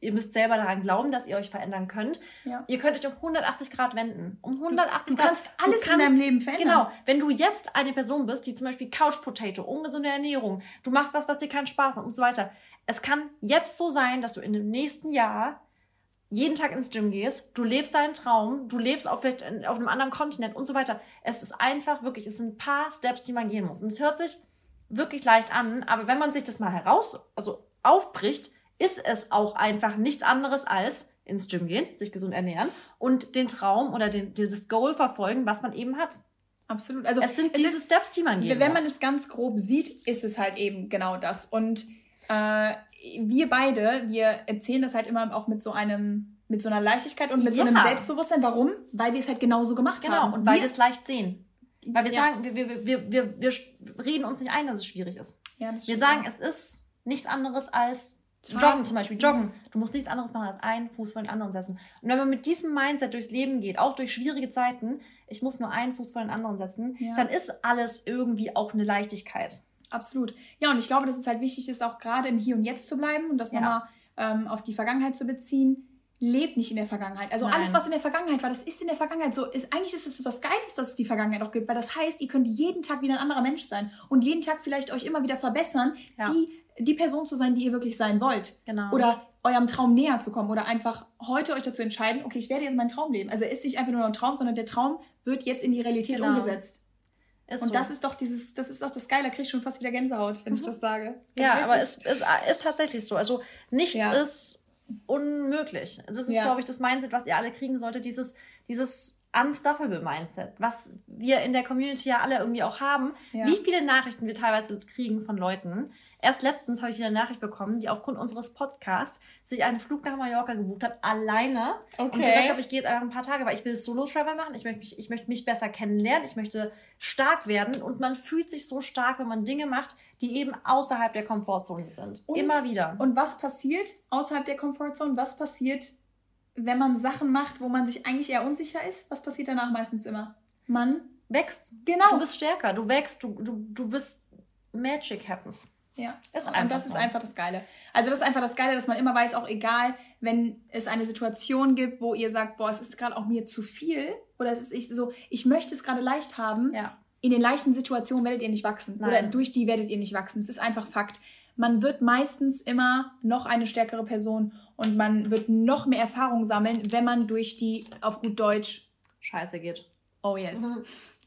ihr müsst selber daran glauben, dass ihr euch verändern könnt. Ja. Ihr könnt euch um hundertachtzig Grad wenden. Um hundertachtzig Grad. Du kannst alles du kannst, in deinem Leben verändern. Genau. Wenn du jetzt eine Person bist, die zum Beispiel Couch Potato, ungesunde Ernährung, du machst was, was dir keinen Spaß macht und so weiter. Es kann jetzt so sein, dass du in dem nächsten Jahr jeden Tag ins Gym gehst, du lebst deinen Traum, du lebst auf, vielleicht auf einem anderen Kontinent und so weiter. Es ist einfach wirklich, es sind ein paar Steps, die man gehen muss. Und es hört sich wirklich leicht an, aber wenn man sich das mal heraus, also aufbricht, ist es auch einfach nichts anderes als ins Gym gehen, sich gesund ernähren und den Traum oder den, das Goal verfolgen, was man eben hat. Absolut. Also es sind es diese ist, Steps, die man gehen wenn muss. Wenn man es ganz grob sieht, ist es halt eben genau das. Und äh, wir beide, wir erzählen das halt immer auch mit so einem, mit so einer Leichtigkeit und mit ja. so einem Selbstbewusstsein. Warum? Weil wir es halt genauso gemacht genau, haben. Genau, und weil wir es leicht sehen. Weil wir ja. sagen, wir, wir, wir, wir, wir reden uns nicht ein, dass es schwierig ist. Ja, das wir sagen, es ist nichts anderes als Joggen zum Beispiel. Joggen. Du musst nichts anderes machen als einen Fuß vor den anderen setzen. Und wenn man mit diesem Mindset durchs Leben geht, auch durch schwierige Zeiten, ich muss nur einen Fuß vor den anderen setzen, ja. dann ist alles irgendwie auch eine Leichtigkeit. Absolut. Ja, und ich glaube, dass es halt wichtig ist, auch gerade im Hier und Jetzt zu bleiben und das ja. nochmal ähm, auf die Vergangenheit zu beziehen. Lebt nicht in der Vergangenheit. Also Nein. alles, was in der Vergangenheit war, das ist in der Vergangenheit so. Ist, eigentlich ist es was Geiles, dass es die Vergangenheit auch gibt, weil das heißt, ihr könnt jeden Tag wieder ein anderer Mensch sein und jeden Tag vielleicht euch immer wieder verbessern, ja. die, die Person zu sein, die ihr wirklich sein wollt. Genau. Oder eurem Traum näher zu kommen oder einfach heute euch dazu entscheiden, okay, ich werde jetzt meinen Traum leben. Also es ist nicht einfach nur ein Traum, sondern der Traum wird jetzt in die Realität genau. umgesetzt. Ist und so. das ist doch dieses, das ist doch das Geile, da kriege ich schon fast wieder Gänsehaut, wenn mhm. ich das sage. Das ja, aber es ist, ist tatsächlich so. Also nichts ja. ist unmöglich. Das ist, ja. glaube ich, das Mindset, was ihr alle kriegen solltet, dieses, dieses unstoppable Mindset, was wir in der Community ja alle irgendwie auch haben. Ja. Wie viele Nachrichten wir teilweise kriegen von Leuten. Erst letztens habe ich wieder eine Nachricht bekommen, die aufgrund unseres Podcasts sich einen Flug nach Mallorca gebucht hat, alleine. Okay. Und gesagt habe, ich gehe jetzt einfach ein paar Tage, weil ich will Solo-Travel machen, ich möchte, mich, ich möchte mich besser kennenlernen, ich möchte stark werden und man fühlt sich so stark, wenn man Dinge macht, die eben außerhalb der Komfortzone sind. Und, Immer wieder. Und was passiert außerhalb der Komfortzone? Was passiert, wenn man Sachen macht, wo man sich eigentlich eher unsicher ist? Was passiert danach meistens immer? Man wächst. Genau. Du bist stärker, du wächst, du, du, du bist, Magic happens. Ja, ist und das so. ist einfach das Geile. Also das ist einfach das Geile, dass man immer weiß, auch egal, wenn es eine Situation gibt, wo ihr sagt, boah, es ist gerade auch mir zu viel oder es ist ich so, ich möchte es gerade leicht haben. Ja. In den leichten Situationen werdet ihr nicht wachsen. Nein. Oder durch die werdet ihr nicht wachsen. Es ist einfach Fakt. Man wird meistens immer noch eine stärkere Person und man wird noch mehr Erfahrung sammeln, wenn man durch die, auf gut Deutsch, Scheiße geht. Oh yes. Mhm.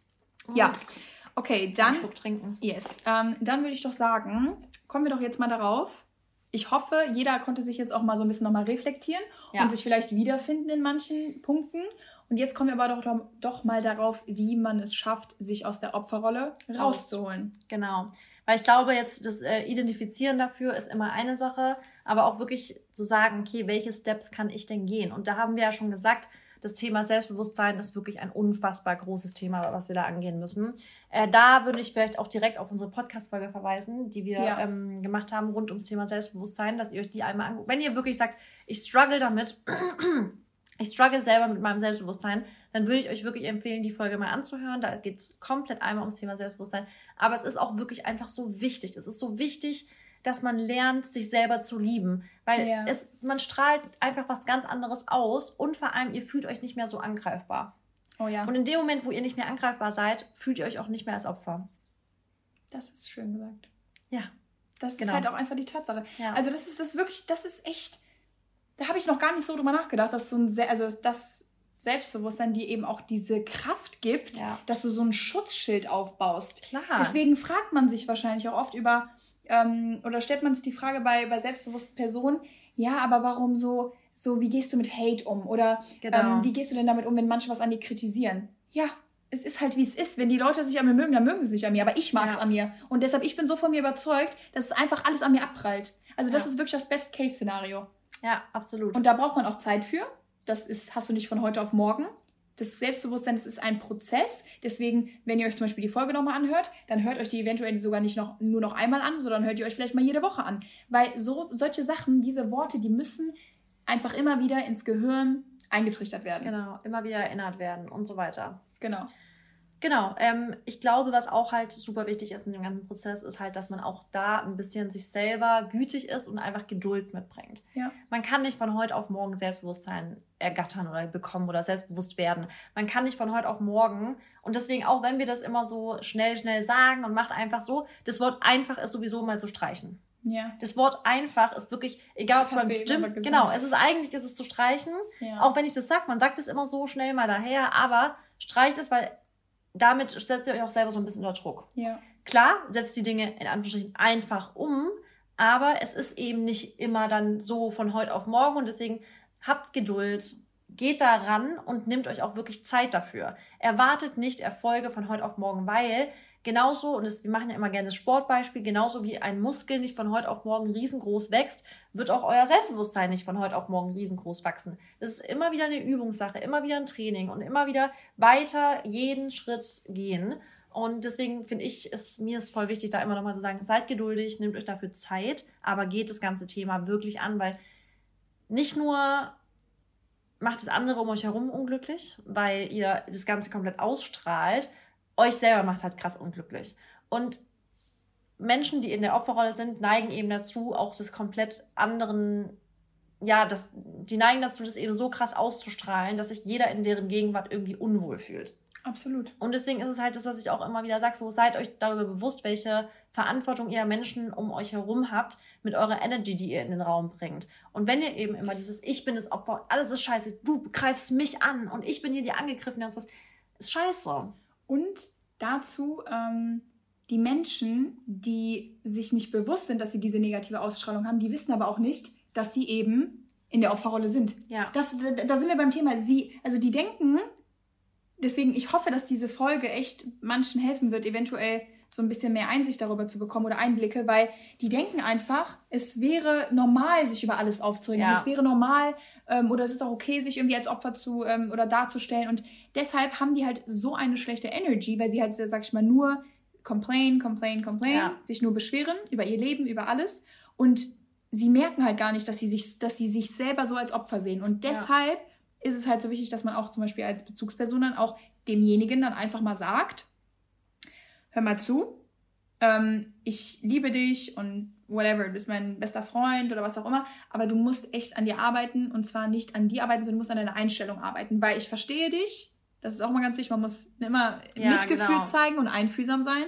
Ja. Okay, dann, einen Schluck trinken. Yes, ähm, dann würde ich doch sagen, kommen wir doch jetzt mal darauf. Ich hoffe, jeder konnte sich jetzt auch mal so ein bisschen nochmal reflektieren ja. und sich vielleicht wiederfinden in manchen Punkten. Und jetzt kommen wir aber doch, doch mal darauf, wie man es schafft, sich aus der Opferrolle rauszuholen. Genau. Weil ich glaube, jetzt das äh, Identifizieren dafür ist immer eine Sache, aber auch wirklich zu sagen, okay, welche Steps kann ich denn gehen? Und da haben wir ja schon gesagt, das Thema Selbstbewusstsein ist wirklich ein unfassbar großes Thema, was wir da angehen müssen. Äh, da würde ich vielleicht auch direkt auf unsere Podcast-Folge verweisen, die wir ja. ähm, gemacht haben rund ums Thema Selbstbewusstsein, dass ihr euch die einmal anguckt. Wenn ihr wirklich sagt, ich struggle damit, ich struggle selber mit meinem Selbstbewusstsein, dann würde ich euch wirklich empfehlen, die Folge mal anzuhören. Da geht es komplett einmal ums Thema Selbstbewusstsein. Aber es ist auch wirklich einfach so wichtig. Es ist so wichtig, dass man lernt, sich selber zu lieben. Weil ja. es, man strahlt einfach was ganz anderes aus und vor allem, ihr fühlt euch nicht mehr so angreifbar. Oh ja. Und in dem Moment, wo ihr nicht mehr angreifbar seid, fühlt ihr euch auch nicht mehr als Opfer. Das ist schön gesagt. Ja. Das genau. ist halt auch einfach die Tatsache. Ja. Also das ist das wirklich, das ist echt, da habe ich noch gar nicht so drüber nachgedacht, dass so ein, also das Selbstbewusstsein dir eben auch diese Kraft gibt, ja. dass du so ein Schutzschild aufbaust. Klar. Deswegen fragt man sich wahrscheinlich auch oft über, ähm, oder stellt man sich die Frage bei, bei selbstbewussten Personen, ja, aber warum so, so wie gehst du mit Hate um? Oder genau. ähm, wie gehst du denn damit um, wenn manche was an dir kritisieren? Ja, es ist halt, wie es ist. Wenn die Leute sich an mir mögen, dann mögen sie sich an mir, aber ich mag es ja. an mir. Und deshalb, ich bin so von mir überzeugt, dass es einfach alles an mir abprallt. Also das ja. ist wirklich das Best-Case-Szenario. Ja, absolut. Und da braucht man auch Zeit für. Das ist, hast du nicht von heute auf morgen. Das Selbstbewusstsein, das ist ein Prozess. Deswegen, wenn ihr euch zum Beispiel die Folge nochmal anhört, dann hört euch die eventuell sogar nicht noch, nur noch einmal an, sondern hört ihr euch vielleicht mal jede Woche an. Weil so solche Sachen, diese Worte, die müssen einfach immer wieder ins Gehirn eingetrichtert werden. Genau, immer wieder erinnert werden und so weiter. Genau. Genau, ähm, ich glaube, was auch halt super wichtig ist in dem ganzen Prozess, ist halt, dass man auch da ein bisschen sich selber gütig ist und einfach Geduld mitbringt. Ja. Man kann nicht von heute auf morgen Selbstbewusstsein ergattern oder bekommen oder selbstbewusst werden. Man kann nicht von heute auf morgen, und deswegen auch, wenn wir das immer so schnell, schnell sagen und macht einfach so, das Wort einfach ist sowieso mal zu streichen. Ja. Das Wort einfach ist wirklich, egal ob beim Gym, genau, es ist eigentlich, ist es zu streichen, ja. Auch wenn ich das sage, man sagt es immer so schnell mal daher, aber streicht es, weil damit setzt ihr euch auch selber so ein bisschen unter Druck. Ja. Klar, setzt die Dinge in Anführungsstrichen einfach um, aber es ist eben nicht immer dann so von heute auf morgen, und deswegen habt Geduld, geht daran und nehmt euch auch wirklich Zeit dafür. Erwartet nicht Erfolge von heute auf morgen, weil genauso, und das, wir machen ja immer gerne das Sportbeispiel, genauso wie ein Muskel nicht von heute auf morgen riesengroß wächst, wird auch euer Selbstbewusstsein nicht von heute auf morgen riesengroß wachsen. Das ist immer wieder eine Übungssache, immer wieder ein Training und immer wieder weiter jeden Schritt gehen. Und deswegen finde ich, ist mir ist voll wichtig, da immer nochmal zu sagen, seid geduldig, nehmt euch dafür Zeit, aber geht das ganze Thema wirklich an, weil nicht nur macht das andere um euch herum unglücklich, weil ihr das Ganze komplett ausstrahlt, euch selber macht es halt krass unglücklich. Und Menschen, die in der Opferrolle sind, neigen eben dazu, auch das komplett anderen, ja, das, die neigen dazu, das eben so krass auszustrahlen, dass sich jeder in deren Gegenwart irgendwie unwohl fühlt. Absolut. Und deswegen ist es halt das, was ich auch immer wieder sage, so seid euch darüber bewusst, welche Verantwortung ihr Menschen um euch herum habt, mit eurer Energy, die ihr in den Raum bringt. Und wenn ihr eben immer dieses, ich bin das Opfer, alles ist scheiße, du greifst mich an und ich bin hier die Angegriffene und so was, ist scheiße. Und dazu, ähm, die Menschen, die sich nicht bewusst sind, dass sie diese negative Ausstrahlung haben, die wissen aber auch nicht, dass sie eben in der Opferrolle sind. Ja. Das, da, da sind wir beim Thema. Sie, also die denken, deswegen, ich hoffe, dass diese Folge echt manchen helfen wird, eventuell so ein bisschen mehr Einsicht darüber zu bekommen oder Einblicke, weil die denken einfach, es wäre normal, sich über alles aufzuregen. Ja. Es wäre normal ähm, oder es ist auch okay, sich irgendwie als Opfer zu ähm, oder darzustellen. Und deshalb haben die halt so eine schlechte Energy, weil sie halt, sag ich mal, nur complain, complain, complain, ja. sich nur beschweren über ihr Leben, über alles. Und sie merken halt gar nicht, dass sie sich, dass sie sich selber so als Opfer sehen. Und deshalb ja. ist es halt so wichtig, dass man auch zum Beispiel als Bezugsperson dann auch demjenigen dann einfach mal sagt, hör mal zu, ähm, ich liebe dich und whatever, du bist mein bester Freund oder was auch immer, aber du musst echt an dir arbeiten, und zwar nicht an dir arbeiten, sondern du musst an deiner Einstellung arbeiten, weil ich verstehe dich, das ist auch mal ganz wichtig, man muss immer ja, Mitgefühl genau. zeigen und einfühlsam sein,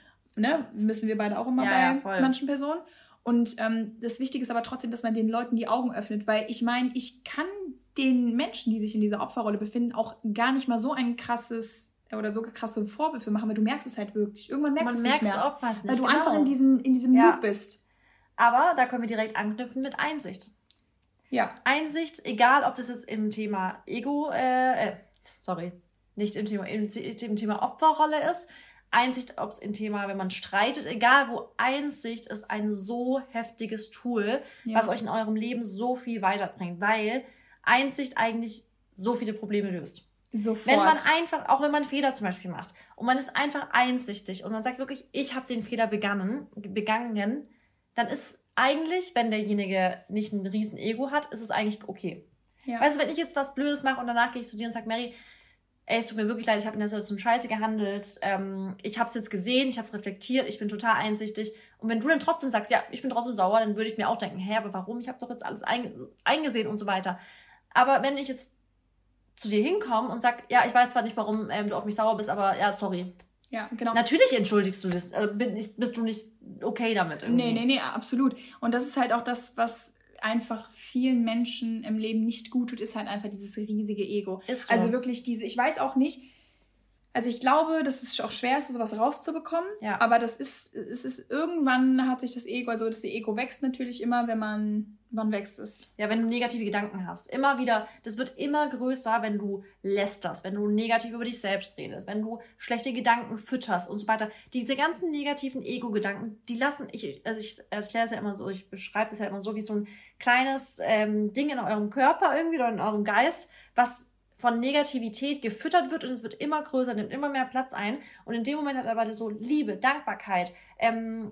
ne? Müssen wir beide auch immer ja, bei ja, manchen Personen. Und ähm, das Wichtige ist aber trotzdem, dass man den Leuten die Augen öffnet, weil ich meine, ich kann den Menschen, die sich in dieser Opferrolle befinden, auch gar nicht mal so ein krasses oder so krasse Vorwürfe machen, weil du merkst es halt wirklich. Irgendwann merkst du es nicht mehr, oftmals nicht, weil du genau. einfach in diesem, in diesem ja. Loop bist. Aber da können wir direkt anknüpfen mit Einsicht. Ja. Einsicht, egal ob das jetzt im Thema Ego, äh, äh sorry, nicht im Thema, im, im Thema Opferrolle ist, Einsicht, ob es im Thema, wenn man streitet, egal wo, Einsicht ist ein so heftiges Tool, ja. was euch in eurem Leben so viel weiterbringt, weil Einsicht eigentlich so viele Probleme löst. Sofort. Wenn man einfach, auch wenn man Fehler zum Beispiel macht und man ist einfach einsichtig und man sagt wirklich, ich habe den Fehler begangen, begangen, dann ist eigentlich, wenn derjenige nicht ein riesen Ego hat, ist es eigentlich okay. Ja. Weißt du, wenn ich jetzt was Blödes mache und danach gehe ich zu dir und sage, Mary, ey, es tut mir wirklich leid, ich habe in der Situation scheiße gehandelt, ähm, ich habe es jetzt gesehen, ich habe es reflektiert, ich bin total einsichtig. Und wenn du dann trotzdem sagst, ja, ich bin trotzdem sauer, dann würde ich mir auch denken, hä, aber warum? Ich habe doch jetzt alles eingesehen und so weiter. Aber wenn ich jetzt zu dir hinkomme und sag, ja, ich weiß zwar nicht, warum ähm, du auf mich sauer bist, aber ja, sorry. Ja, genau. Natürlich entschuldigst du das, äh, bist du nicht okay damit irgendwie. Nee, nee, nee, absolut. Und das ist halt auch das, was einfach vielen Menschen im Leben nicht gut tut, ist halt einfach dieses riesige Ego. Ist so. Also wirklich diese, ich weiß auch nicht, also ich glaube, dass es auch schwer ist, sowas rauszubekommen, ja. aber das ist, es ist, irgendwann hat sich das Ego, also das Ego wächst natürlich immer, wenn man, wann wächst es? Ja, wenn du negative Gedanken hast. Immer wieder, das wird immer größer, wenn du lästerst, wenn du negativ über dich selbst redest, wenn du schlechte Gedanken fütterst und so weiter. Diese ganzen negativen Ego-Gedanken, die lassen, ich, also ich erkläre es ja immer so, ich beschreibe es ja immer so wie so ein kleines ähm, Ding in eurem Körper irgendwie oder in eurem Geist, was von Negativität gefüttert wird und es wird immer größer, nimmt immer mehr Platz ein. Und in dem Moment hat aber so Liebe, Dankbarkeit, ähm,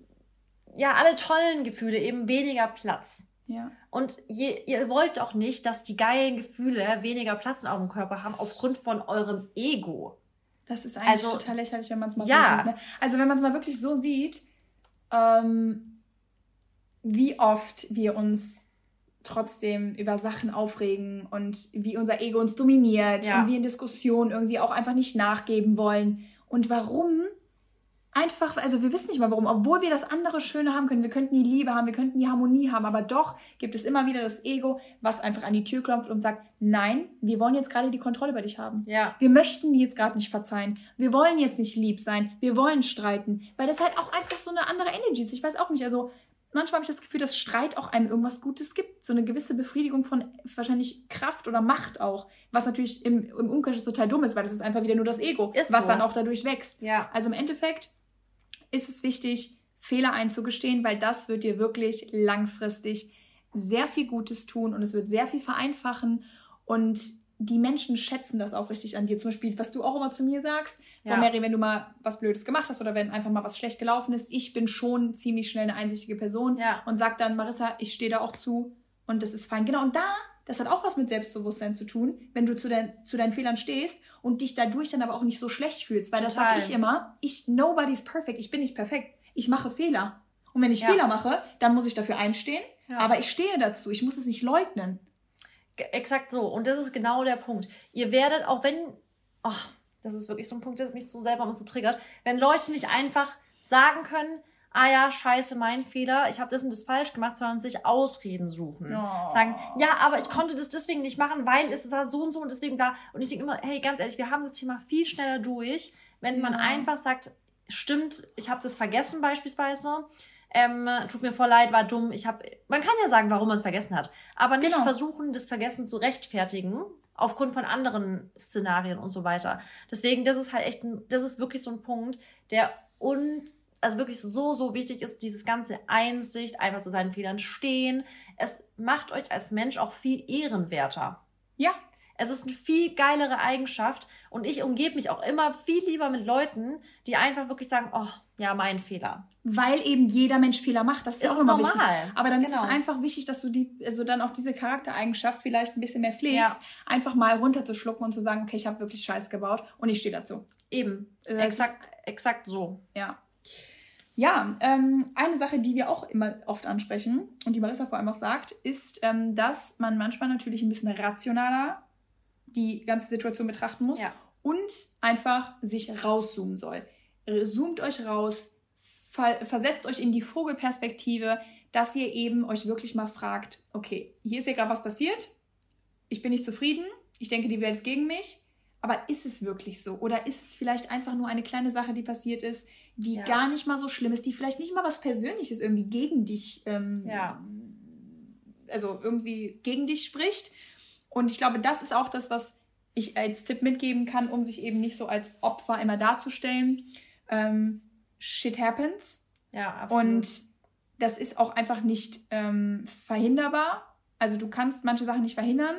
ja, alle tollen Gefühle eben weniger Platz. Ja. Und je, ihr wollt auch nicht, dass die geilen Gefühle weniger Platz in eurem Körper haben aufgrund von eurem Ego. Das ist eigentlich also, total lächerlich, wenn man es mal ja. so sieht. Ne? Also wenn man es mal wirklich so sieht, ähm, wie oft wir uns trotzdem über Sachen aufregen und wie unser Ego uns dominiert ja. und wir in Diskussionen irgendwie auch einfach nicht nachgeben wollen. Und warum? Einfach, also wir wissen nicht mal warum, obwohl wir das andere Schöne haben können, wir könnten die Liebe haben, wir könnten die Harmonie haben, aber doch gibt es immer wieder das Ego, was einfach an die Tür klopft und sagt, nein, wir wollen jetzt gerade die Kontrolle über dich haben. Ja. Wir möchten die jetzt gerade nicht verzeihen. Wir wollen jetzt nicht lieb sein. Wir wollen streiten. Weil das halt auch einfach so eine andere Energy ist. Ich weiß auch nicht, also manchmal habe ich das Gefühl, dass Streit auch einem irgendwas Gutes gibt. So eine gewisse Befriedigung von wahrscheinlich Kraft oder Macht auch. Was natürlich im, im Umkehrschluss total dumm ist, weil das ist einfach wieder nur das Ego, ist was so. Dann auch dadurch wächst. Ja. Also im Endeffekt ist es wichtig, Fehler einzugestehen, weil das wird dir wirklich langfristig sehr viel Gutes tun und es wird sehr viel vereinfachen und die Menschen schätzen das auch richtig an dir. Zum Beispiel, was du auch immer zu mir sagst, ja. Mary, wenn du mal was Blödes gemacht hast oder wenn einfach mal was schlecht gelaufen ist, ich bin schon ziemlich schnell eine einsichtige Person ja. und sag dann, Marissa, ich stehe da auch zu und das ist fein. Genau, und da, das hat auch was mit Selbstbewusstsein zu tun, wenn du zu, dein, zu deinen Fehlern stehst und dich dadurch dann aber auch nicht so schlecht fühlst. Weil Total. Das sag ich immer, ich, nobody's perfect, ich bin nicht perfekt, ich mache Fehler. Und wenn ich ja. Fehler mache, dann muss ich dafür einstehen, ja. aber ich stehe dazu, ich muss es nicht leugnen. Exakt so. Und das ist genau der Punkt. Ihr werdet, auch wenn, oh, das ist wirklich so ein Punkt, der mich so selber und so triggert, wenn Leute nicht einfach sagen können, ah ja, scheiße, mein Fehler, ich habe das und das falsch gemacht, sondern sich Ausreden suchen. Oh. Sagen, ja, aber ich konnte das deswegen nicht machen, weil es war so und so und deswegen war, und ich denke immer, hey, ganz ehrlich, wir haben das Thema viel schneller durch, wenn ja. man einfach sagt, stimmt, ich habe das vergessen beispielsweise, ähm, tut mir voll leid, war dumm, ich habe, man kann ja sagen, warum man es vergessen hat, aber nicht genau. versuchen, das Vergessen zu rechtfertigen, aufgrund von anderen Szenarien und so weiter. Deswegen, das ist halt echt, ein, das ist wirklich so ein Punkt, der un also wirklich so, so wichtig ist, dieses ganze Einsicht, einfach zu seinen Fehlern stehen. Es macht euch als Mensch auch viel ehrenwerter. Ja. Es ist eine viel geilere Eigenschaft und ich umgebe mich auch immer viel lieber mit Leuten, die einfach wirklich sagen, oh, ja, mein Fehler. Weil eben jeder Mensch Fehler macht, das ist, ist auch immer normal. Wichtig. Aber dann genau. ist es einfach wichtig, dass du die, also dann auch diese Charaktereigenschaft vielleicht ein bisschen mehr pflegst, ja. einfach mal runterzuschlucken und zu sagen, okay, ich habe wirklich Scheiß gebaut und ich stehe dazu. Eben, das exakt, ist, exakt so. Ja. Ja, ähm, eine Sache, die wir auch immer oft ansprechen und die Marissa vor allem auch sagt, ist, ähm, dass man manchmal natürlich ein bisschen rationaler die ganze Situation betrachten muss ja. und einfach sich rauszoomen soll. Zoomt euch raus, ver- versetzt euch in die Vogelperspektive, dass ihr eben euch wirklich mal fragt, okay, hier ist ja gerade was passiert, ich bin nicht zufrieden, ich denke, die Welt ist gegen mich, aber ist es wirklich so? Oder ist es vielleicht einfach nur eine kleine Sache, die passiert ist, die ja. gar nicht mal so schlimm ist, die vielleicht nicht mal was Persönliches irgendwie gegen dich, ähm, ja. also irgendwie gegen dich spricht. Und ich glaube, das ist auch das, was ich als Tipp mitgeben kann, um sich eben nicht so als Opfer immer darzustellen. Ähm, shit happens. Ja, absolut. Und das ist auch einfach nicht ähm, verhinderbar. Also du kannst manche Sachen nicht verhindern,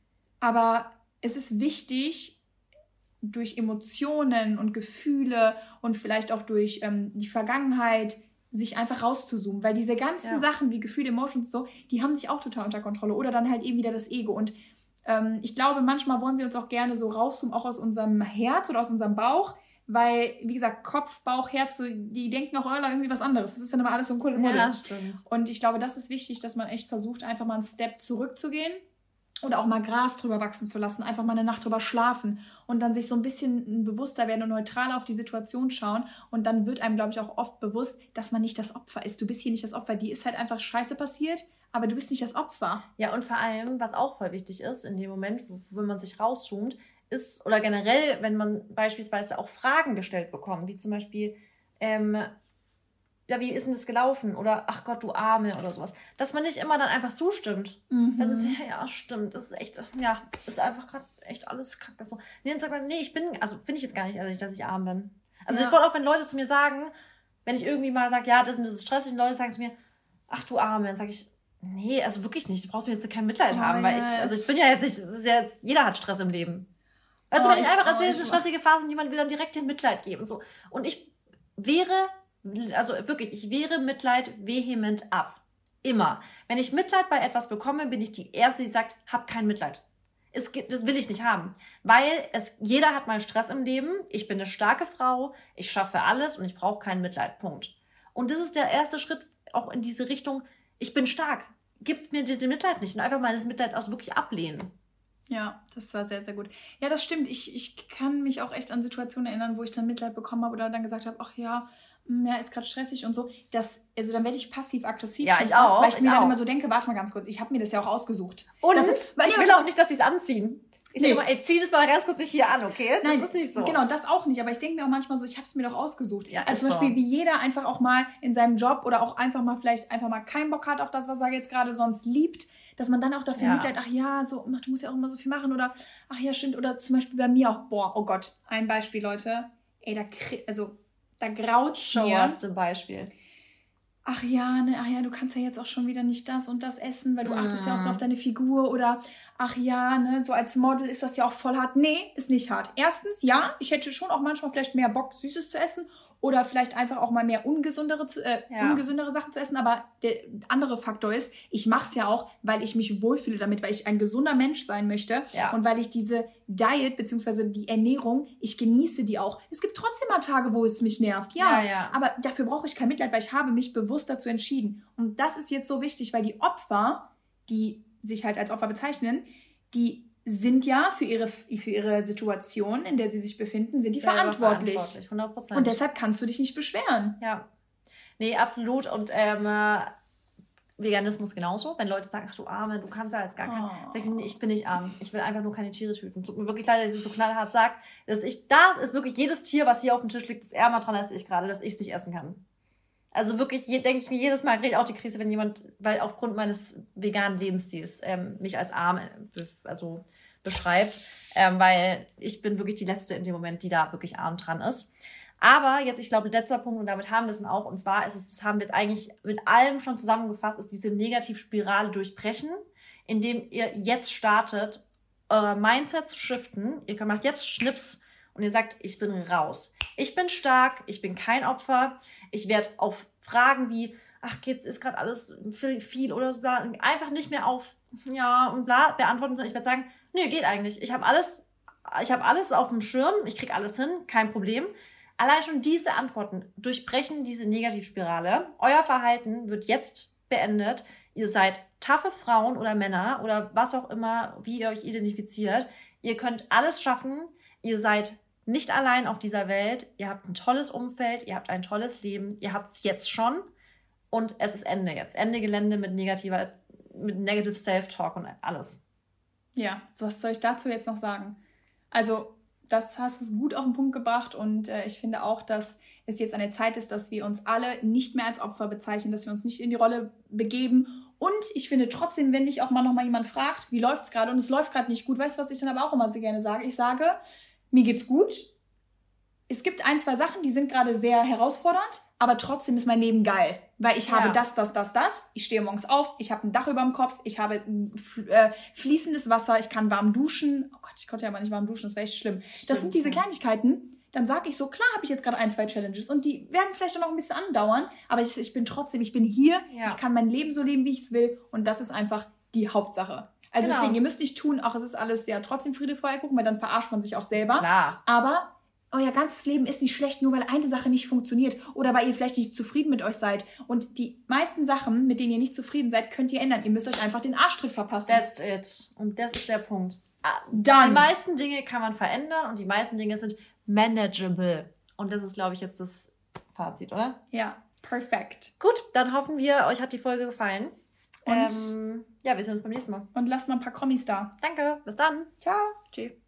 aber es ist wichtig, durch Emotionen und Gefühle und vielleicht auch durch ähm, die Vergangenheit sich einfach rauszuzoomen. Weil diese ganzen ja. Sachen wie Gefühle, Emotions und so, die haben sich auch total unter Kontrolle. Oder dann halt eben wieder das Ego. Und ähm, ich glaube, manchmal wollen wir uns auch gerne so rauszoomen, auch aus unserem Herz oder aus unserem Bauch. Weil, wie gesagt, Kopf, Bauch, Herz, so, die denken auch alle irgendwie was anderes. Das ist dann immer alles so ein Kuddelmuddel. Ja, stimmt. Und ich glaube, das ist wichtig, dass man echt versucht, einfach mal einen Step zurückzugehen. Oder auch mal Gras drüber wachsen zu lassen, einfach mal eine Nacht drüber schlafen und dann sich so ein bisschen bewusster werden und neutral auf die Situation schauen. Und dann wird einem, glaube ich, auch oft bewusst, dass man nicht das Opfer ist. Du bist hier nicht das Opfer. Die ist halt einfach Scheiße passiert, aber du bist nicht das Opfer. Ja, und vor allem, was auch voll wichtig ist, in dem Moment, wo, wenn man sich rauszoomt, ist, oder generell, wenn man beispielsweise auch Fragen gestellt bekommt, wie zum Beispiel, ähm, ja, wie ist denn das gelaufen? Oder, ach Gott, du Arme oder sowas. Dass man nicht immer dann einfach zustimmt. Mhm. Dann ist ja, ja, stimmt, das ist echt, ja, ist einfach gerade echt alles kacke. So. Nee, dann sagt man, nee, ich bin, also finde ich jetzt gar nicht ehrlich, dass ich arm bin. Also ja. ich wollte auch, wenn Leute zu mir sagen, wenn ich irgendwie mal sage, ja, das und das ist stressig, und Leute sagen zu mir, ach du Arme, dann sage ich, nee, also wirklich nicht, du brauchst mir jetzt kein Mitleid oh, haben, weil ich, also ich bin ja jetzt nicht, das ist ja jetzt, jeder hat Stress im Leben. Also oh, wenn ich, ich einfach erzähle, es ist eine stressige Phase und jemand will dann direkt den Mitleid geben. So. Und ich wäre, also wirklich, ich wehre Mitleid vehement ab. Immer. Wenn ich Mitleid bei etwas bekomme, bin ich die Erste, die sagt, hab kein Mitleid. Es, das will ich nicht haben. Weil es, jeder hat mal Stress im Leben. Ich bin eine starke Frau. Ich schaffe alles und ich brauche kein Mitleid. Punkt. Und das ist der erste Schritt auch in diese Richtung. Ich bin stark. Gibt mir den Mitleid nicht. Und einfach mal das Mitleid auch wirklich ablehnen. Ja, das war sehr, sehr gut. Ja, das stimmt. Ich, ich kann mich auch echt an Situationen erinnern, wo ich dann Mitleid bekommen habe oder dann gesagt habe, ach ja, ja, ist gerade stressig und so. Das, also dann werde ich passiv-aggressiv. Ja, ich fast, auch. Weil ich, ich mir auch. dann immer so denke, warte mal ganz kurz, ich habe mir das ja auch ausgesucht. Und das ist, weil ich will auch nicht, dass sie es anziehen. Ich nee. denke mal, ey, zieh das mal ganz kurz nicht hier an, okay? Das Nein, ist nicht so. Genau, das auch nicht. Aber ich denke mir auch manchmal so, ich habe es mir doch ausgesucht. Ja, also zum Beispiel, so. Wie jeder einfach auch mal in seinem Job oder auch einfach mal vielleicht einfach mal keinen Bock hat auf das, was er jetzt gerade sonst liebt, dass man dann auch dafür ja. Mitleid, ach ja, so, ach, du musst ja auch immer so viel machen oder ach ja, stimmt. Oder zum Beispiel bei mir auch, boah, oh Gott, ein Beispiel, Leute. Ey, da, also, da graut Show mir. us ein Beispiel. Ach ja, ne, ach ja, du kannst ja jetzt auch schon wieder nicht das und das essen, weil du achtest mm. ja auch so auf deine Figur oder ach ja, ne, so als Model ist das ja auch voll hart. Nee, ist nicht hart. Erstens, ja, ich hätte schon auch manchmal vielleicht mehr Bock, Süßes zu essen oder vielleicht einfach auch mal mehr ungesündere, äh, ja. ungesündere Sachen zu essen, aber der andere Faktor ist, ich mache es ja auch, weil ich mich wohlfühle damit, weil ich ein gesunder Mensch sein möchte ja. und weil ich diese Diet bzw. die Ernährung, ich genieße die auch. Es gibt trotzdem mal Tage, wo es mich nervt, ja, ja, ja. aber dafür brauche ich kein Mitleid, weil ich habe mich bewusst dazu entschieden. Und das ist jetzt so wichtig, weil die Opfer, die sich halt als Opfer bezeichnen, die sind ja für ihre, für ihre Situation, in der sie sich befinden, sind die Selber verantwortlich. verantwortlich. hundert Prozent. Und deshalb kannst du dich nicht beschweren. Ja. Nee, absolut. Und ähm, Veganismus genauso. Wenn Leute sagen, ach du Arme, du kannst ja jetzt gar kein... Oh. Sag ich, nee, ich bin nicht arm. Ich will einfach nur keine Tiere töten. Tut mir wirklich leid, dass ich das so knallhart sage. Dass ich, da ist wirklich jedes Tier, was hier auf dem Tisch liegt, ist ärmer dran als ich gerade, dass ich es nicht essen kann. Also wirklich, denke ich mir jedes Mal, kriege ich auch die Krise, wenn jemand, weil aufgrund meines veganen Lebensstils ähm, mich als arm be- also beschreibt, ähm, weil ich bin wirklich die Letzte in dem Moment, die da wirklich arm dran ist. Aber jetzt, ich glaube, letzter Punkt, und damit haben wir es dann auch, und zwar ist es, das haben wir jetzt eigentlich mit allem schon zusammengefasst, ist diese Negativspirale durchbrechen, indem ihr jetzt startet, euer Mindset zu shiften. Ihr macht jetzt Schnips und ihr sagt, ich bin raus. Ich bin stark, ich bin kein Opfer. Ich werde auf Fragen wie, ach, geht's, ist gerade alles viel, viel oder so, bla, einfach nicht mehr auf, ja, und bla, beantworten, sondern ich werde sagen, nee, geht eigentlich. Ich habe alles, ich habe alles auf dem Schirm, ich krieg alles hin, kein Problem. Allein schon diese Antworten durchbrechen diese Negativspirale. Euer Verhalten wird jetzt beendet. Ihr seid taffe Frauen oder Männer oder was auch immer, wie ihr euch identifiziert. Ihr könnt alles schaffen. Ihr seid nicht allein auf dieser Welt. Ihr habt ein tolles Umfeld. Ihr habt ein tolles Leben. Ihr habt es jetzt schon. Und es ist Ende jetzt. Ende Gelände mit negativer, mit Negative Self-Talk und alles. Ja, was soll ich dazu jetzt noch sagen? Also, das hast du gut auf den Punkt gebracht und äh, ich finde auch, dass es jetzt an der Zeit ist, dass wir uns alle nicht mehr als Opfer bezeichnen, dass wir uns nicht in die Rolle begeben. Und ich finde trotzdem, wenn dich auch mal noch mal jemand fragt, wie läuft's gerade und es läuft gerade nicht gut, weißt du, was ich dann aber auch immer sehr gerne sage? Ich sage, mir geht's gut. Es gibt ein, zwei Sachen, die sind gerade sehr herausfordernd, aber trotzdem ist mein Leben geil, weil ich habe ja. das, das, das, das. Ich stehe morgens auf, ich habe ein Dach über dem Kopf, ich habe äh, fließendes Wasser, ich kann warm duschen. Oh Gott, ich konnte ja aber nicht warm duschen, das wäre echt schlimm. Stimmt, das sind diese Kleinigkeiten. Dann sage ich so, klar habe ich jetzt gerade ein, zwei Challenges und die werden vielleicht auch noch ein bisschen andauern, aber ich, ich bin trotzdem, ich bin hier, ja. ich kann mein Leben so leben, wie ich es will und das ist einfach die Hauptsache. Also genau. Deswegen, ihr müsst nicht tun, ach, es ist alles ja trotzdem Friede, Freude, Kuchen, weil dann verarscht man sich auch selber. Klar. Aber euer ganzes Leben ist nicht schlecht, nur weil eine Sache nicht funktioniert oder weil ihr vielleicht nicht zufrieden mit euch seid. Und die meisten Sachen, mit denen ihr nicht zufrieden seid, könnt ihr ändern. Ihr müsst euch einfach den Arschtritt verpassen. That's it. Und das ist der Punkt. Dann. Die meisten Dinge kann man verändern und die meisten Dinge sind manageable. Und das ist, glaube ich, jetzt das Fazit, oder? Ja, perfekt. Gut, dann hoffen wir, euch hat die Folge gefallen. Und ähm, ja, wir sehen uns beim nächsten Mal. Und lasst mal ein paar Kommis da. Danke, bis dann. Ciao. Tschüss.